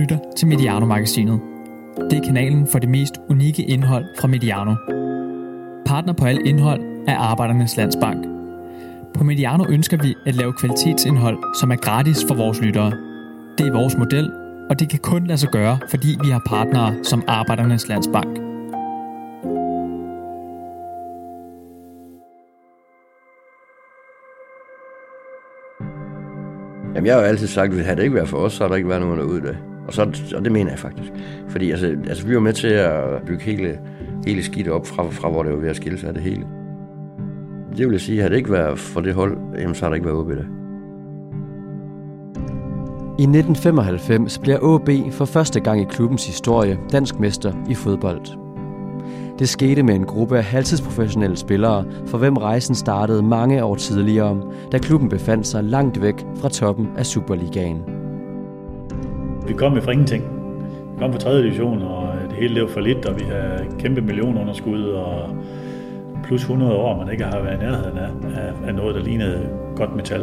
lytter til Mediano-magasinet. Det er kanalen for det mest unikke indhold fra Mediano. Partner på alt indhold er Arbejdernes Landsbank. På Mediano ønsker vi at lave kvalitetsindhold, som er gratis for vores lyttere. Det er vores model, og det kan kun lade sig gøre, fordi vi har partnere som Arbejdernes Landsbank. Jamen, jeg har jo altid sagt, at havde det ikke været for os, så har der ikke været nogen derude der. Og det mener jeg faktisk. Fordi altså, vi var med til at bygge hele skidt op fra hvor det var ved at skille sig af det hele. Det vil jeg sige, at havde det ikke været for det hold, jamen, så har der ikke været OB der. I 1995 bliver AaB for første gang i klubbens historie dansk mester i fodbold. Det skete med en gruppe af halvtidsprofessionelle spillere, for hvem rejsen startede mange år tidligere, da klubben befandt sig langt væk fra toppen af Superligaen. Vi kom jo fra ingenting. Vi kom fra 3. division, og det hele blev for lidt, og vi havde kæmpe millionunderskud, og plus 100 år, man ikke har været i nærheden af noget, der lignede godt metal.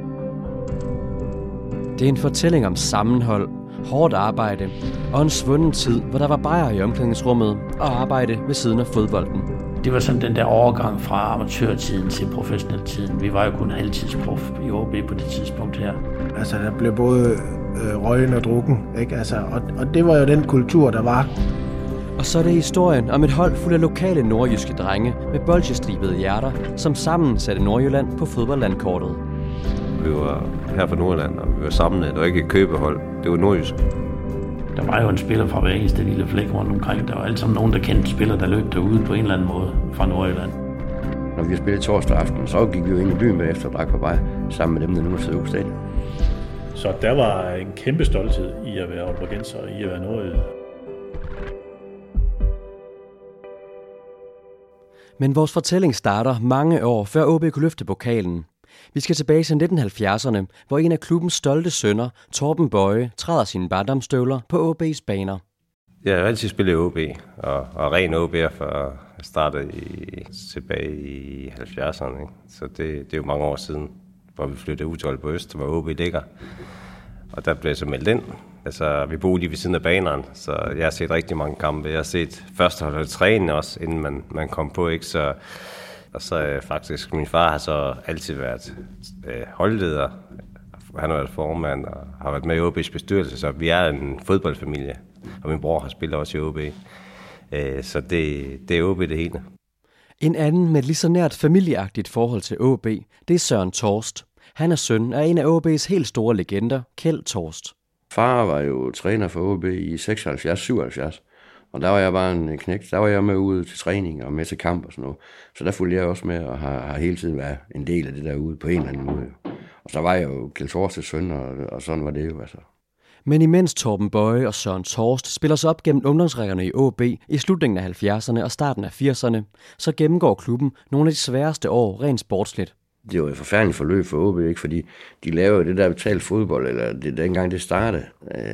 Det er en fortælling om sammenhold, hårdt arbejde og en svunden tid, hvor der var bajer i omklædningsrummet og arbejde ved siden af fodbolden. Det var sådan den der overgang fra amatørtiden til professioneltiden. Vi var jo kun halvtidsprof i AaB på det tidspunkt her. Altså, der blev både røgen og drukken, ikke? Altså, og det var jo den kultur, der var. Og så er det historien om et hold fuld af lokale nordjyske drenge med bolsjestribede hjerter, som sammen satte Nordjylland på fodboldlandkortet. Vi var her fra Nordjylland, og vi var samlet. Det var ikke et købehold, det var nordjysk. Der var jo en spiller fra hver eneste lille flæk rundt omkring. Der var alle sammen nogen, der kendte spillere, der løb derude på en eller anden måde fra Nordjylland. Når vi spillede torsdag aften, så gik vi jo ind i byen bagefter og drak på vej sammen med dem, der nu sidder på stadion. Så der var en kæmpe stolthed i at være aalborgenser og i at være nordjyde. Men vores fortælling starter mange år før AaB kunne løfte pokalen. Vi skal tilbage til 1970'erne, hvor en af klubbens stolte sønner, Torben Bøje, træder sine barndomsstøvler på AaB's baner. Jeg har altid spillet AaB, og ren AaB'er for at starte tilbage i 70'erne. Ikke? Så det er jo mange år siden, hvor vi flyttede ud til Aalborg Øst, hvor AaB ligger. Og der blev jeg så meldt ind. Altså, vi boede lige ved siden af banerne, så jeg har set rigtig mange kampe. Jeg har set førsteholdet træne også, inden man kom på, ikke? Og så faktisk, min far har så altid været holdleder. Han har været formand og har været med i AaB's bestyrelse, så vi er en fodboldfamilie. Og min bror har spillet også i AaB. Så det er AaB det hele. En anden med et lige så nært familieagtigt forhold til AaB, det er Søren Torst. Han er søn af en af AaB's helt store legender, Kjeld Torst. Far var jo træner for AaB i 76-77. Og der var jeg bare en knægt. Der var jeg med ude til træning og med til kamp og sådan noget. Så der fulgte jeg også med og har hele tiden været en del af det derude på en eller anden måde. Og så var jeg jo Kjeld Torsts søn, og sådan var det jo altså. Men imens Torben Bøje og Søren Torst spiller sig op gennem ungdomsrækkerne i AaB i slutningen af 70'erne og starten af 80'erne, så gennemgår klubben nogle af de sværeste år rent sportsligt. Det var et forfærdeligt forløb for AaB, ikke? Fordi de lavede det der betalt fodbold, eller det, dengang det startede,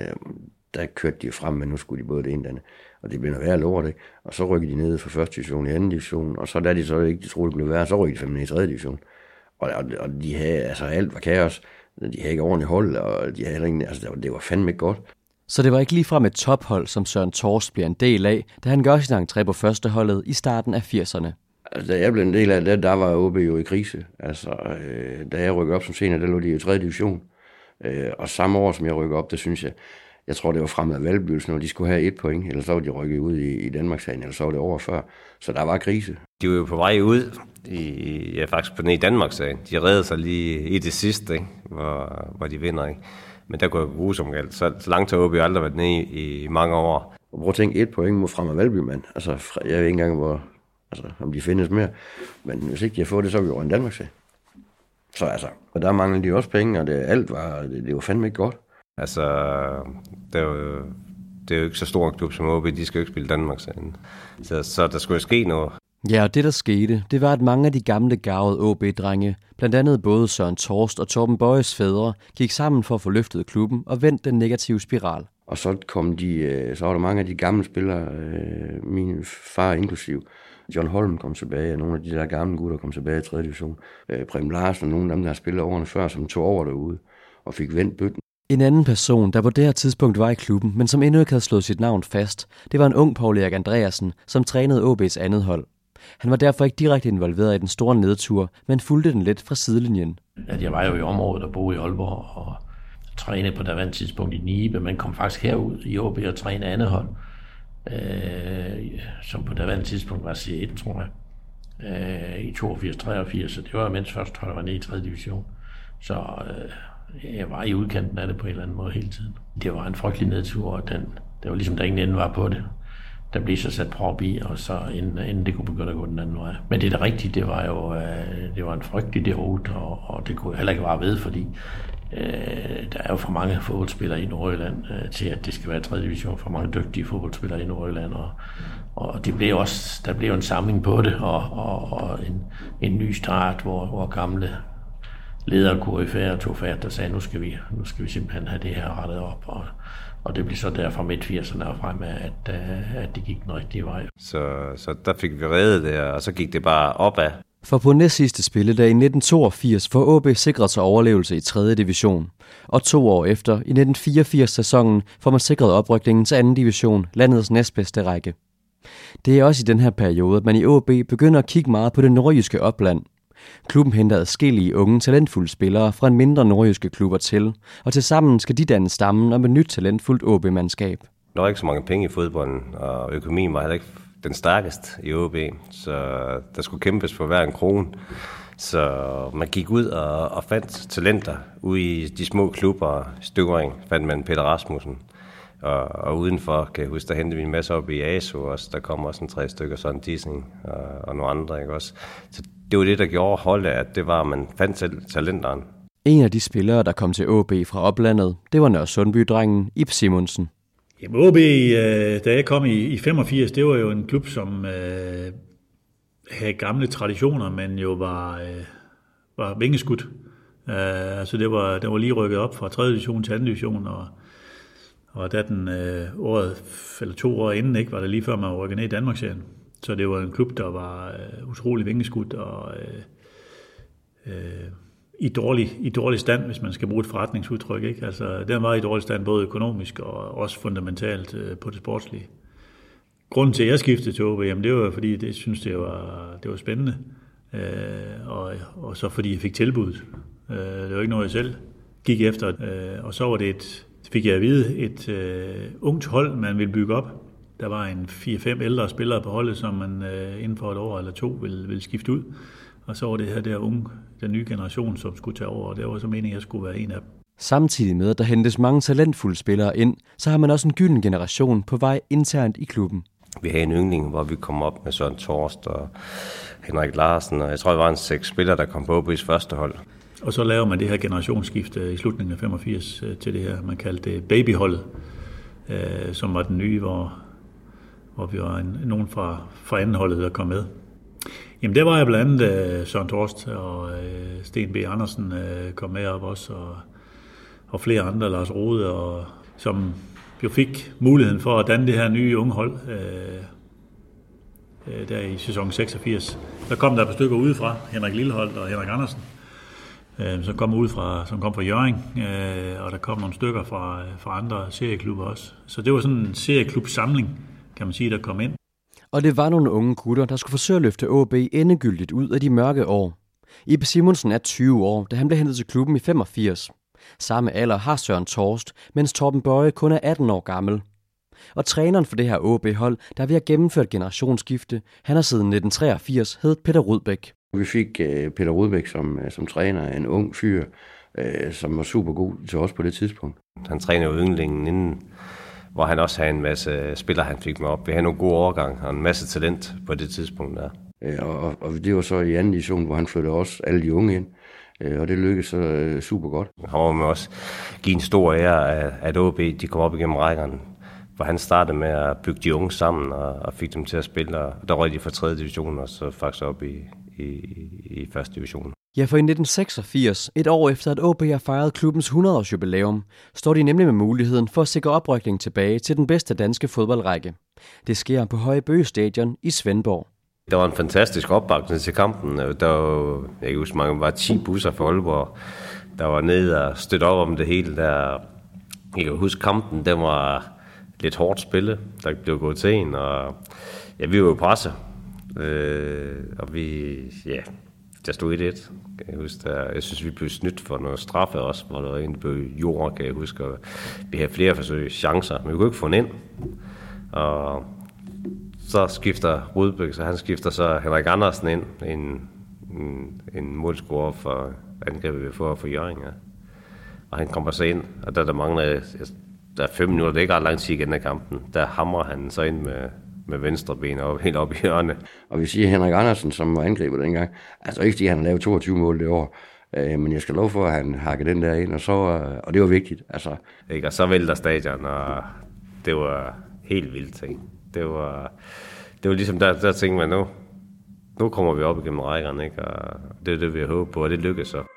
der kørte de frem, men nu skulle de både det ene og andet. Og det blev noget værre lort, ikke? Og så rykkede de ned fra første division i anden division, og så da de så ikke de troede, det blev værre, så rykkede de 5 ned i tredje division. Og de havde, altså alt var kaos. De havde ikke ordentligt hold, og de havde ikke, altså det var fandme ikke godt. Så det var ikke ligefrem et tophold, som Søren Torst bliver en del af, da han gør sin entré på førsteholdet i starten af 80'erne. Altså, da jeg blev en del af det, der var AaB jo i krise. Altså, da jeg rykkede op som senior, der lå de i 3. division. Og samme år, som jeg rykkede op, det synes jeg tror, det var Fremad Valby, når de skulle have 1 point, eller så var de rykket ud i Danmarksserien, eller så var det over før. Så der var krise. De var jo på vej ud, faktisk på ned i Danmarksserien. De reddede sig lige i det sidste, ikke? Hvor de vinder, ikke? Men der kunne jeg bruge som galt. Så langt har AaB aldrig været nede i mange år. Og prøv at tænke 1 point mod Fremad Valby, mand. Altså, jeg ved ikke engang, om de findes mere. Men hvis ikke de har fået det, så er vi jo en Danmarksserien. Så altså, og der manglede de også penge, og det var fandme ikke godt. Altså, det er jo ikke så stor en klub som AaB, de skal jo ikke spille Danmarksserien. Så der skulle jo ske noget. Ja, og det der skete, det var, at mange af de gamle garvede AaB-drenge, blandt andet både Søren Torst og Torben Bøjes fædre, gik sammen for at få løftet klubben og vendt den negative spiral. Og så så var der mange af de gamle spillere, min far inklusiv. John Holm kom tilbage, og nogle af de der gamle gutter kom tilbage i 3. division. Preben Larsen og nogle af dem, der har spillet årene før, som tog over derude og fik vendt bøtten. En anden person, der på det her tidspunkt var i klubben, men som endnu ikke havde slået sit navn fast, det var en ung Poul Erik Andreasen, som trænede AaB's andet hold. Han var derfor ikke direkte involveret i den store nedtur, men fulgte den lidt fra sidelinjen. Jeg var jo i området og boede i Aalborg og trænede på daværende tidspunkt i Nibe, men kom faktisk herud i AaB og trænede andet hold, som på daværende tidspunkt var C1, tror jeg, i 82-83, så det var mens først hold var nede i 3. division. Så jeg var i udkanten af det på en eller anden måde hele tiden. Det var en frygtelig nedtur, og det var ligesom, der ingen ende var på det. Der blev så sat prop i, og så inden det kunne begynde at gå den anden vej. Men det er det rigtige, det var jo det var en frygtelig deroute, og det kunne heller ikke være ved, fordi der er jo for mange fodboldspillere i Nordjylland til, at det skal være 3. division, for mange dygtige fodboldspillere i Nordjylland, og det blev også, der blev en samling på det, og en ny start, hvor gamle ledere KFR tog fat og sagde, nu skal vi simpelthen have det her rettet op, og det blev så der fra midt-80'erne og frem at det gik den rigtige vej. Så der fik vi reddet det, og så gik det bare opad. For på næstsidste spilledag i 1982 får AaB sikret sig overlevelse i 3. division. Og 2 år efter, i 1984-sæsonen, får man sikret oprykningen til 2. division, landets næstbedste række. Det er også i den her periode, at man i AaB begynder at kigge meget på det nordjyske opland. Klubben henter adskillige unge, talentfulde spillere fra en mindre nordjyske klubber til, og tilsammen skal de danne stammen om et nyt talentfuldt AaB-mandskab. Der var ikke så mange penge i fodbolden, og økonomien var heller ikke den stærkeste i AaB, så der skulle kæmpes for hver en krone. Så man gik ud og fandt talenter ude i de små klubber. Støvring fandt man Peter Rasmussen, og udenfor, kan jeg huske, der hentede vi en masse op i ASO også. Der kom også 3 stykker, sådan Dissing og nogle andre, ikke også. Så det var det, der gjorde holdet, at det var, at man fandt talenterne. En af de spillere, der kom til AaB fra oplandet, det var Nørresundby-drengen Ib Simonsen. Jamen AaB, da jeg kom i 85, det var jo en klub, som havde gamle traditioner, men jo var vingeskudt. Altså det var lige rykket op fra 3. division til 2. division, og da den året eller 2 år inden, ikke, var det lige før man rykkede ned i Danmarksserien. Så det var en klub, der var utrolig vingeskudt og i dårlig stand, hvis man skal bruge et forretningsudtryk. Ikke? Altså, den var i dårlig stand både økonomisk og også fundamentalt på det sportslige. Grunden til, at jeg skiftede til AaB, det var fordi, det synes det var spændende. Og så fordi jeg fik tilbuddet. Det var ikke noget, jeg selv gik efter. Og så var fik jeg at vide, et ungt hold, man ville bygge op. Der var en 4-5 ældre spillere på holdet, som man inden for et år eller 2 ville skifte ud. Og så var det her den nye generation, som skulle tage over, og det var så meningen, at jeg skulle være en af dem. Samtidig med, at der hentes mange talentfulde spillere ind, så har man også en gylden generation på vej internt i klubben. Vi havde en yndling, hvor vi kom op med Søren Torst og Henrik Larsen, og jeg tror, det var en 6 spillere, der kom på AaB's første hold. Og så laver man det her generationsskifte i slutningen af 85 til det her, man kaldte det babyholdet, som var den nye, hvor vi var nogen fra anden holdet, der kom med. Jamen, der var jeg blandt andet Søren Torst og Sten B. Andersen kom med op også, og flere andre, Lars Rode, som jo fik muligheden for at danne det her nye unge hold der i sæson 86. Der kom der et par stykker udefra, Henrik Lilleholdt og Henrik Andersen, som kom fra Hjørring, og der kom nogle stykker fra andre serieklubber også. Så det var sådan en serieklubsamling, kan man sige, der kom ind. Og det var nogle unge gutter, der skulle forsøge at løfte AaB endegyldigt ud af de mørke år. Ib Simonsen er 20 år, da han blev hentet til klubben i 85. Samme alder har Søren Torst, mens Torben Bøje kun er 18 år gammel. Og træneren for det her AaB-hold, der er ved at gennemføre et generationsskifte, han har siden 1983 heddet Peter Rudbæk. Vi fik Peter Rudbæk som træner, en ung fyr, som var super god til os på det tidspunkt. Han trænede jo yndlingen inden, hvor han også havde en masse spillere, han fik med op. Vi havde nogle gode overgang og en masse talent på det tidspunkt der. Og det var så i 2. division, hvor han flyttede også alle de unge ind. Og det lykkedes så super godt. Han var med også give en stor ære, at AaB de kom op igennem rækkerne. Hvor han startede med at bygge de unge sammen og fik dem til at spille. Og der røg de fra 3. division og så faktisk op i 1. division. Ja, for i 1986, et år efter at AaB har fejret klubbens 100-års jubilæum, står de nemlig med muligheden for at sikre oprykning tilbage til den bedste danske fodboldrække. Det sker på Høje Bøge Stadion i Svendborg. Der var en fantastisk opbakning til kampen. Der var, jeg kan huske, mange var 10 busser fra Aalborg, der var nede og støtte op om det hele der. Jeg kan huske kampen, den var lidt hårdt spillet, der blev gået til en, og ja, vi var jo presse. Og der stod 1-1. Jeg huske, jeg synes, vi blev snydt for noget straffe også, hvor der egentlig blev jord, kan jeg huske. Og vi havde flere forsøg, chancer, men vi kunne ikke få den ind. Og så skifter Rudbæk, så han skifter så Henrik Andersen ind, en målscorer for angrebet, vi får for Hjørring. Ja. Og han kommer så ind, og der mangler, der er 5 minutter, det er ikke ret lang tid igen af kampen. Der hamrer han så ind med venstre ben og helt op i hjørnet. Og vi siger Henrik Andersen, som var angriber dengang, altså ikke fordi han lavede 22 mål det år, men jeg skal love for, at han hakkede den der ind, og det var vigtigt. Altså. Ikke? Og så vælter stadion, og det var helt vildt. Ikke? Det var ligesom, der tænkte man, nu kommer vi op igennem rækkerne, ikke? Og det er det, vi håber på, og det lykkes så.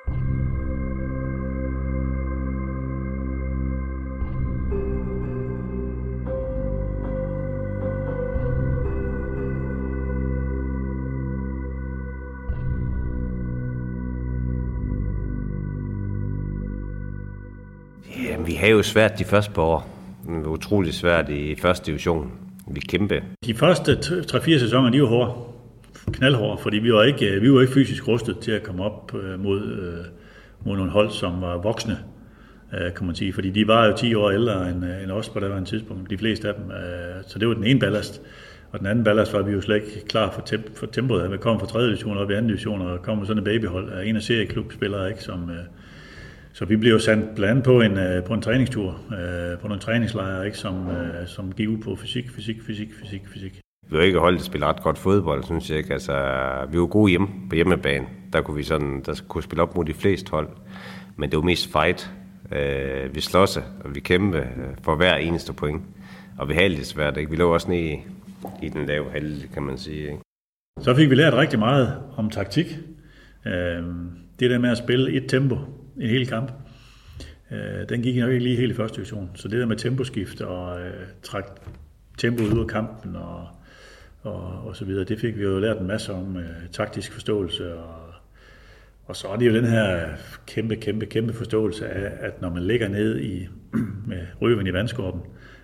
Vi havde jo svært de første par år. Det var utroligt svært i første division. Vi kæmpede. De første 3-4 sæsoner, de var hårde. Knaldhårde, fordi vi var ikke fysisk rustet til at komme op mod nogle hold, som var voksne, kan man sige. Fordi de var jo 10 år ældre end os på det var en tidspunkt, de fleste af dem. Så det var den ene ballast. Og den anden ballast var vi jo slet ikke klar for tempoet. Vi kom fra 3. division op i 2. division, og kom med sådan en babyhold af en af serieklubspillere, ikke, som... Så vi blev jo sendt blandt andet på en træningstur, på nogle træningslejre, ikke, som gik ud på fysik. Vi var ikke holdt at spille ret godt fodbold, synes jeg ikke. Altså, vi var gode hjemme på hjemmebane. Der kunne spille op mod de fleste hold. Men det var mest fight. Vi slås, og vi kæmpe for hver eneste point. Og vi havde lidt svært, ikke? Vi lå også ned i den lave halvdel, kan man sige, ikke? Så fik vi lært rigtig meget om taktik. Det der med at spille et tempo en hel kamp. Den gik nok ikke lige helt i første division. Så det der med temposkift og trække tempoet ud af kampen og så videre, det fik vi jo lært en masse om taktisk forståelse. Og så er det jo den her kæmpe forståelse af, at når man ligger ned med røven i vandskorpen,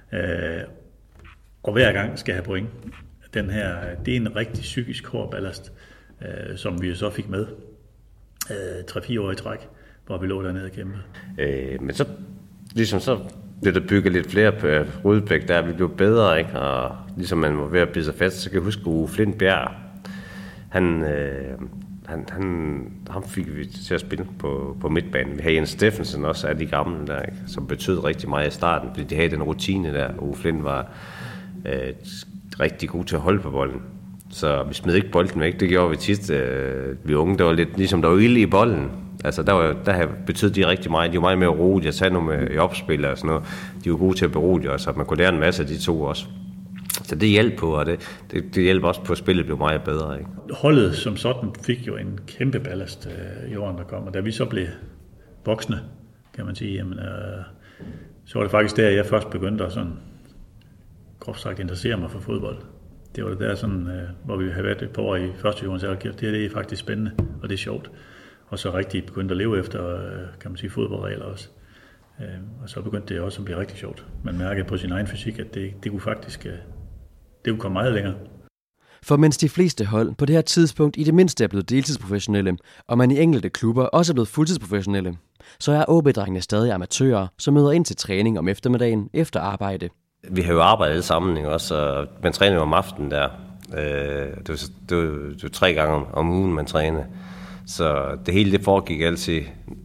og hver gang skal have point, det er en rigtig psykisk hård ballast, som vi så fik med 3-4 år i træk, hvor vi lå dernede og kæmpe. Men så blev der bygget lidt flere på Rudbæk, der vi blev bedre, ikke? Og ligesom man var ved at bide sig fast, så kan jeg huske Uwe Flintbjerg. Han fik vi til at spille på midtbanen. Vi havde Jens Steffensen også af de gamle der, ikke? Som betød rigtig meget i starten, fordi de havde den rutine der. Uwe Flint var rigtig god til at holde på bolden. Så vi smed ikke bolden væk, det gjorde vi tit. Vi unge, der var lidt ligesom der var ild i bolden. Altså der betød de rigtig meget. De var meget mere rolige at tage nogle i opspil og sådan noget. De var gode til at berolige os, så man kunne lære en masse af de to også. Så det hjalp på, og det hjælper også på, at spillet blev meget bedre. Ikke? Holdet som sådan fik jo en kæmpe ballast i årene, der kom. Og da vi så blev voksne, kan man sige, jamen, så var det faktisk der, jeg først begyndte at sådan, groft sagt, interessere mig for fodbold. Det var det der, sådan, hvor vi havde været et par år i første division, så det er faktisk spændende, og det er sjovt. Og så rigtig begyndte at leve efter, kan man sige, fodboldregler også. Og så begyndte det også at blive rigtig sjovt. Man mærkede på sin egen fysik, at det kunne faktisk det kunne komme meget længere. For mens de fleste hold på det her tidspunkt i det mindste er blevet deltidsprofessionelle, og man i enkelte klubber også er blevet fuldtidsprofessionelle, så er OB-drengene stadig amatører, som møder ind til træning om eftermiddagen efter arbejde. Vi har jo arbejdet alle sammen, ikke? Også, og man træner jo om aftenen der. Det var 3 gange om ugen, man trænede. Så det hele det foregik altid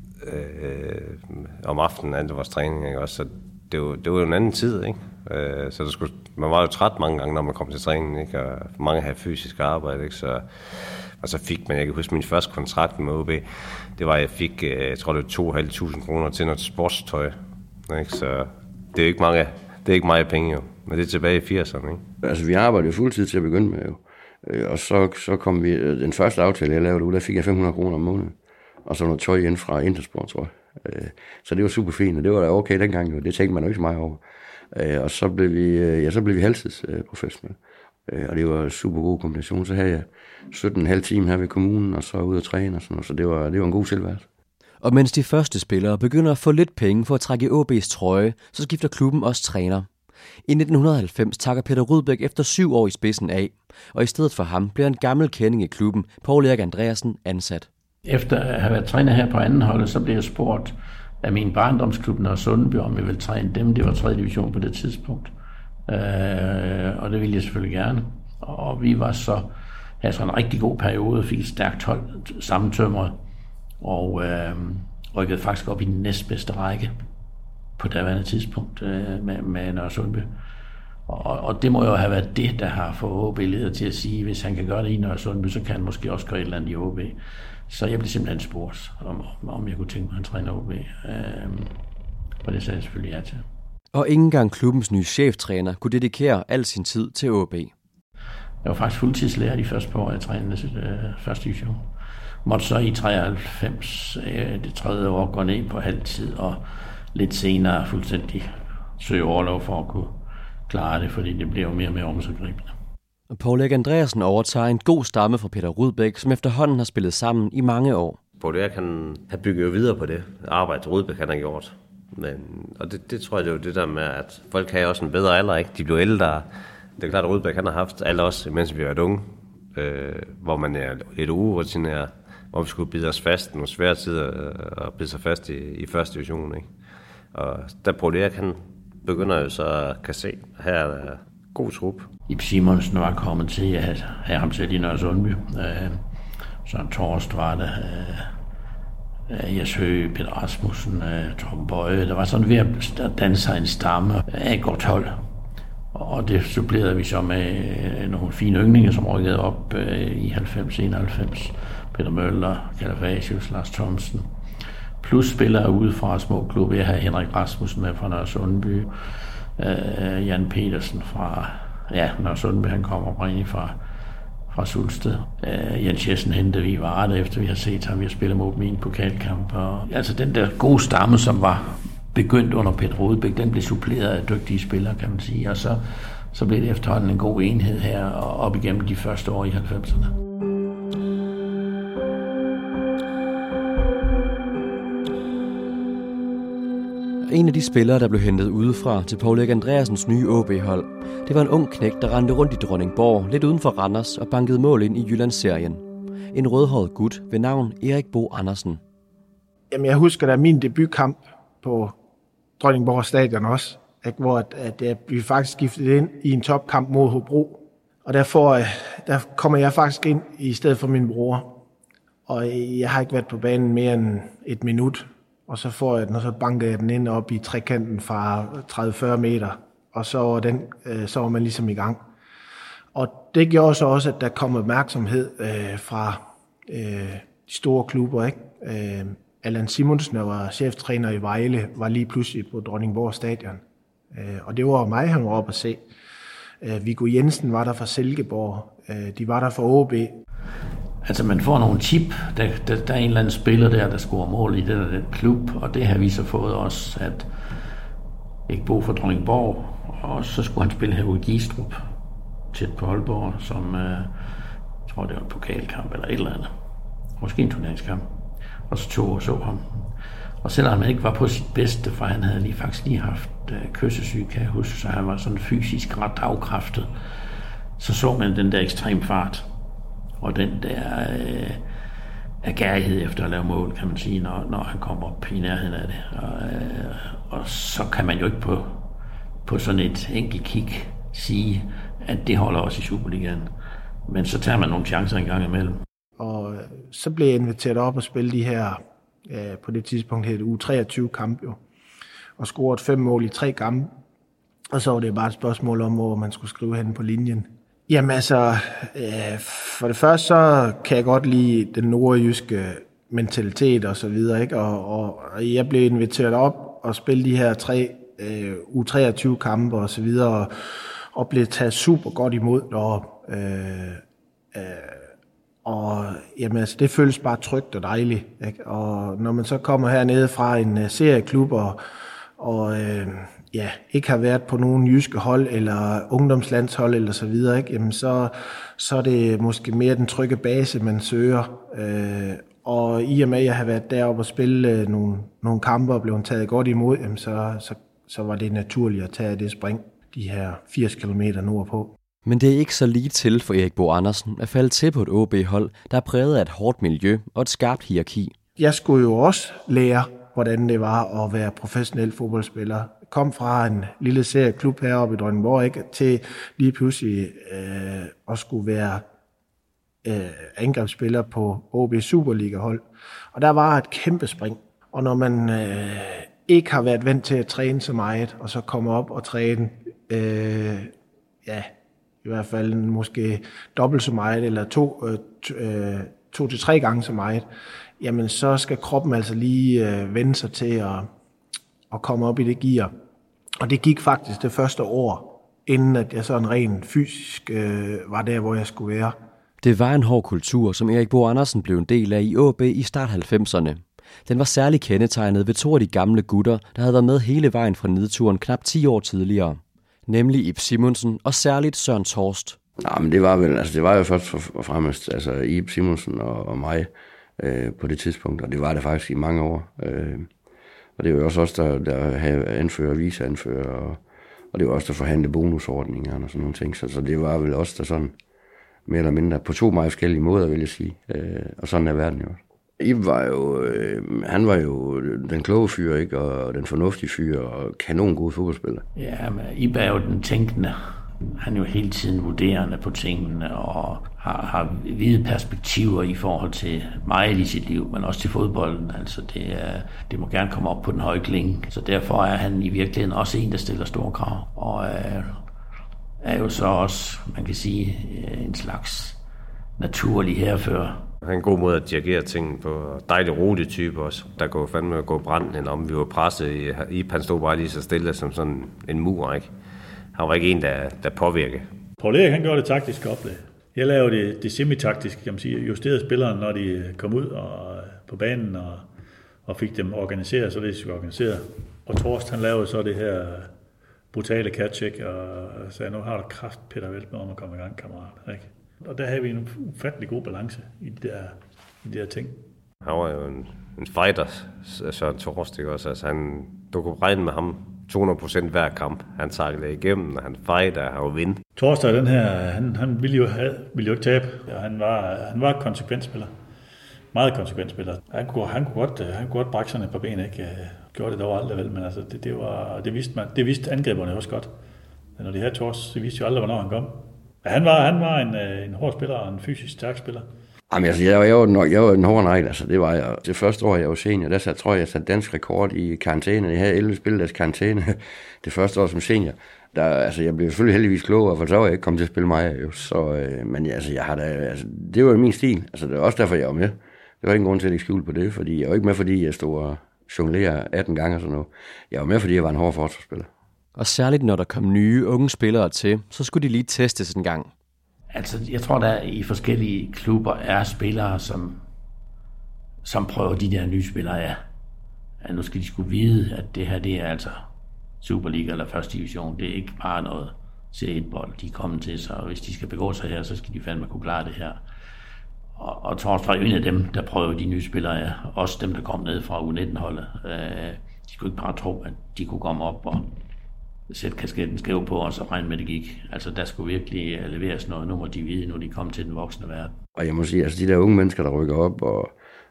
om aftenen af vores træning, ikke? Også, så det var jo en anden tid, ikke? Så man var jo træt mange gange, når man kom til træningen, ikke? Og mange havde fysisk arbejde, ikke? Og så fik man, jeg kan huske min første kontrakt med OB, det var, at jeg fik, jeg tror det var 2.500 kroner til noget sportstøj, ikke? Så det er ikke meget penge jo, men det er tilbage i 80'erne, ikke? Altså vi arbejdede fuldtid til at begynde med jo. Og så kom vi, den første aftale jeg lavede ud, der fik jeg 500 kroner om måneden. Og så noget tøj ind fra Intersport, tror jeg. Så det var super fint, og det var da okay dengang jo. Det tænkte man jo ikke så meget over. Og så blev vi halvtidsprofessionelle. Og det var en super god kombination. Så havde jeg 17,5 timer her ved kommunen, og så ud at træne og sådan noget. Så det var en god tilværelse. Og mens de første spillere begynder at få lidt penge for at trække OB's trøje, så skifter klubben også træner. I 1990 takker Peter Rudbæk efter 7 år i spidsen af, og i stedet for ham bliver en gammel kending i klubben, Poul Erik Andreasen, ansat. Efter at have været træner her på anden holdet, så blev jeg spurgt af min barndomsklub Nørresundby, om jeg ville træne dem. Det var 3. division på det tidspunkt. Og det ville jeg selvfølgelig gerne. Og vi var havde så en rigtig god periode, fik et stærkt hold sammentømret, og rykkede faktisk op i den næstbedste række på daværende tidspunkt med Nørresundby. Og det må jo have været det, der har fået OB leder til at sige, hvis han kan gøre det i Nørresundby, så kan han måske også gøre et eller andet i OB. Så jeg blev simpelthen spurgt, om jeg kunne tænke mig at træne OB. Og det sagde jeg selvfølgelig ja til. Og ikke engang klubbens nye cheftræner kunne dedikere al sin tid til OB. Jeg var faktisk fuldtidslærer de første par år, jeg trænede første division. Måtte så i 93, det 3. år, gå ned på halvtid, og lidt senere fuldstændig søge overlov for at kunne klare det, fordi det blev mere og mere omsorgsgribende. Poul Erik Andreasen overtager en god stamme fra Peter Rudbæk, som efterhånden har spillet sammen i mange år. Poul Erik har bygget jo videre på det arbejde, Rudbæk han har gjort. Og det tror jeg, det er jo det der med, at folk har også en bedre alder, ikke? De bliver ældre. Det er klart, at Rudbæk han har haft alle os, mens vi har været unge, hvor man er lidt urutineret, hvor vi skulle bide os fast nogle svære tider og bide sig fast i første division, ikke? Og der Poul Erik, han begynder jo så at kan se, her er god trup. Ib Simonsen var kommet til at have ham til i Nørresundby. Søren Torst var der. Jes Høgh, Peter Rasmussen, Torben Bøje. Der var sådan ved at danne sig en stamme af et godt hold. Og det supplerede vi så med nogle fine yndlinge, som rykkede op i 90-91. Peter Møller, Kalafasius, Lars Thomsen. Plus spillere ude fra små klubber. Jeg havde Henrik Rasmussen med fra Nørresundby. Jan Petersen fra Nørresundby, han kommer oprindeligt fra Sulsted. Jens Jessen hentede vi i Varde, efter vi har set ham. Vi har spillet mod min pokalkamp. Og, altså den der gode stamme, som var begyndt under Peter Rudbæk, den blev suppleret af dygtige spillere, kan man sige. Og så blev det efterhånden en god enhed her, og op igennem de første år i 90'erne. En af de spillere, der blev hentet udefra til Poul Erik Andreasens nye OB-hold, det var en ung knægt, der rendte rundt i Dronningborg, lidt uden for Randers, og bankede mål ind i Jyllandsserien. En rødhåret gut ved navn Erik Bo Andersen. Jamen, jeg husker da min debutkamp på Dronningborg Stadion også, ikke? Hvor jeg blev faktisk skiftet ind i en topkamp mod Hobro. Og der kommer jeg faktisk ind i stedet for min bror. Og jeg har ikke været på banen mere end et minut. Og så får jeg den, og så banker jeg den ind op i trekanten fra 30-40 meter. Og så var man ligesom i gang. Og det gjorde så også, at der kom opmærksomhed fra de store klubber, ikke? Allan Simonsen, der var cheftræner i Vejle, var lige pludselig på Dronningborg Stadion. Og det var mig, han var oppe at se. Viggo Jensen var der fra Silkeborg. De var der fra OB. Altså man får nogle tip. Der er en eller anden spiller der scorer mål i den klub. Og det har vi så fået også, at ikke bo for Dronningborg. Og så skulle han spille her ude i Gistrup, tæt på Aalborg, som jeg tror det var en pokalkamp eller et eller andet. Måske en turneringskamp. Og så tog og så ham. Og selvom han ikke var på sit bedste, for han havde faktisk lige haft kyssesyg, kan jeg huske, så han var sådan fysisk ret afkræftet, så man den der ekstrem fart, og den der agerighed efter at lave mål, kan man sige, når han kommer op i nærheden af det. Og så kan man jo ikke på sådan et enkelt kig sige, at det holder også i Superligaen. Men så tager man nogle chancer en gang imellem. Og så blev jeg inviteret op og spille de her, på det tidspunkt hed det U23-kamp jo, og scoret 5 mål i 3 kampe. Og så var det bare et spørgsmål om, hvor man skulle skrive hen på linjen. Jamen altså, for det første så kan jeg godt lide den nordjyske mentalitet og så videre, ikke? Og jeg blev inviteret op og spille de her 3 U23-kampe og så videre, og blev taget super godt imod deroppe. Og jamen, altså, det føles bare trygt og dejligt, ikke? Og når man så kommer hernede fra en serieklub og ikke har været på nogen jyske hold eller ungdomslandshold eller så videre, ikke? Jamen, så er det måske mere den trygge base, man søger. Og i og med, at jeg havde været deroppe og spille nogle kampe og blev taget godt imod, jamen så var det naturligt at tage det spring, de her 80 km nordpå. Men det er ikke så lige til for Erik Bo Andersen at falde til på et OB-hold, der er præget af et hårdt miljø og et skarpt hierarki. Jeg skulle jo også lære, hvordan det var at være professionel fodboldspiller. Jeg kom fra en lille serieklub heroppe i Dronningborg, ikke, til lige pludselig at skulle være angrebsspiller på OB Superliga-hold. Og der var et kæmpe spring. Og når man ikke har været vant til at træne så meget, og så kommer op og træne, i hvert fald måske dobbelt så meget, eller 2 til 3 gange så meget, jamen så skal kroppen altså lige vende sig til at komme op i det gear. Og det gik faktisk det første år, inden at jeg sådan rent fysisk var der, hvor jeg skulle være. Det var en hård kultur, som Erik Bo Andersen blev en del af i OB i start 90'erne. Den var særlig kendetegnet ved 2 af de gamle gutter, der havde været med hele vejen fra nedturen knap 10 år tidligere. Nemlig Ib Simonsen og særligt Søren Torst. Nej, men det var jo først og fremmest Ib Simonsen og mig på det tidspunkt, og det var det faktisk i mange år. Og det var jo også os, der havde anfører, viceanfører, og det var også der forhandlede bonusordninger og sådan nogle ting. Så det var vel også der sådan mere eller mindre på 2 meget forskellige måder, vil jeg sige. Og sådan er verden jo også. Ib var jo, han var jo den kloge fyr, ikke? Og den fornuftige fyr, og kanon gode fodboldspiller. Ja, men Ib er jo den tænkende. Han er jo hele tiden vurderende på tingene, og har vide perspektiver i forhold til meget i sit liv, men også til fodbolden. Altså det må gerne komme op på den høje klinge. Så derfor er han i virkeligheden også en, der stiller store krav, og er jo så også, man kan sige, en slags naturlig herfører. Han er en god måde at dirigere tingene på. Dejlig rolig type også. Der går fandme at gå branden om. Vi var presset i han stod bare lige så stille som sådan en mur, ikke? Han var ikke en, der påvirker. Poul Erik, han gjorde det taktiske oplæg. Jeg lavede det semi-taktiske, kan man sige. Justerede spillerne, når de kom ud på banen og fik dem organiseret, så det skulle organisere. Og Torst, han lavede så det her brutale catch-check og sagde, nu har du kraft, Peter Veltmer, om at komme i gang, kammerat. Ikke? Og der havde vi en ufattelig god balance i de der ting. Han var jo en fighter, Søren Torst, ikke også? Altså, du kunne regne med ham 200% hver kamp. Han taklede igennem, han fighter, han var vind. Torst er den her, han ville jo ikke tabe, og han var et konsekvensspiller. Meget konsekvensspiller. Han kunne godt brække sådan et par ben, ikke? Gjorde det dog aldrig vel, men altså det vidste angriberne også godt. Men når de havde Torst, så vidste jo aldrig, hvornår han kom. Han var en hård spiller og en fysisk stærk spiller. Jamen, altså, jeg var en hård negl, altså det var jeg. Det første år, jeg var senior, der tror jeg satte dansk rekord i karantæne. Jeg havde 11 spilledags karantæne det første år som senior. Jeg blev selvfølgelig heldigvis klogere, for så var jeg ikke kommet til at spille mig. Jo. Så, men altså, det var min stil. Altså, det var også derfor, jeg var med. Det var ingen grund til at lægge skjul på det, fordi jeg var ikke med, fordi jeg stod og jonglerede 18 gange og sådan noget. Jeg var med, fordi jeg var en hård forsvarsspiller. Og særligt når der kom nye unge spillere til, så skulle de lige testes en gang. Altså, jeg tror, der i forskellige klubber er spillere, som prøver de der nye spillere af. Ja, nu skal de skulle vide, at det her, det er altså Superliga eller første division. Det er ikke bare noget C1-bold, de er kommet til, så hvis de skal begå sig her, så skal de fandme kunne klare det her. Og Torst var jo en af dem, der prøvede de nye spillere af. Også dem, der kom ned fra U19-holdet. De kunne ikke bare tro, at de kunne komme op og sætte kasketten skæv på, og så regne med, det gik. Altså, der skulle virkelig leveres noget. Nu må de vide, nu de kom til den voksne verden. Og jeg må sige, altså de der unge mennesker, der rykker op, og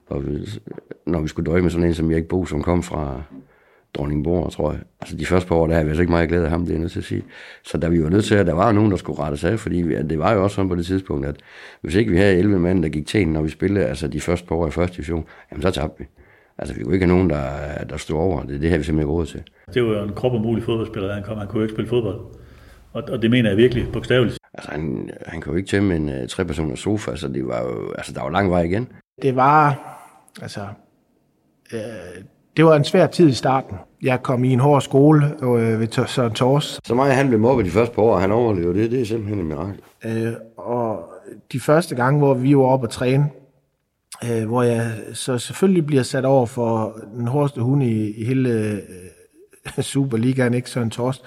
når vi skulle døje med sådan en som Erik Bo, som kom fra Dronningborg, tror jeg. Altså de første par år, der havde vi altså ikke meget glæde af ham, det er nødt til at sige. Så da vi var nødt til, at der var nogen, der skulle rettes af, fordi det var jo også sådan på det tidspunkt, at hvis ikke vi havde 11 mand, der gik til når vi spillede altså de første par år i første division, jamen så tabte vi. Altså vi kunne ikke have nogen, der stod over. Det her vi simpelthen ikke råd til. Det var jo en krop umulig fodboldspiller, da han kom. Han kunne jo ikke spille fodbold. Og det mener jeg virkelig bogstaveligt. Altså han kunne jo ikke tæmme en 3-personers sofa, så det var jo, altså der var lang vej igen. Det var, det var en svær tid i starten. Jeg kom i en hård skole ved Søren Torst. Så meget han blev mobbet de første par år, og han overlevede det er simpelthen en mirakel. Og de første gange, hvor vi var oppe at træne, hvor jeg så selvfølgelig bliver sat over for den hårdeste hund i hele Superligaen, ikke Søren Torst,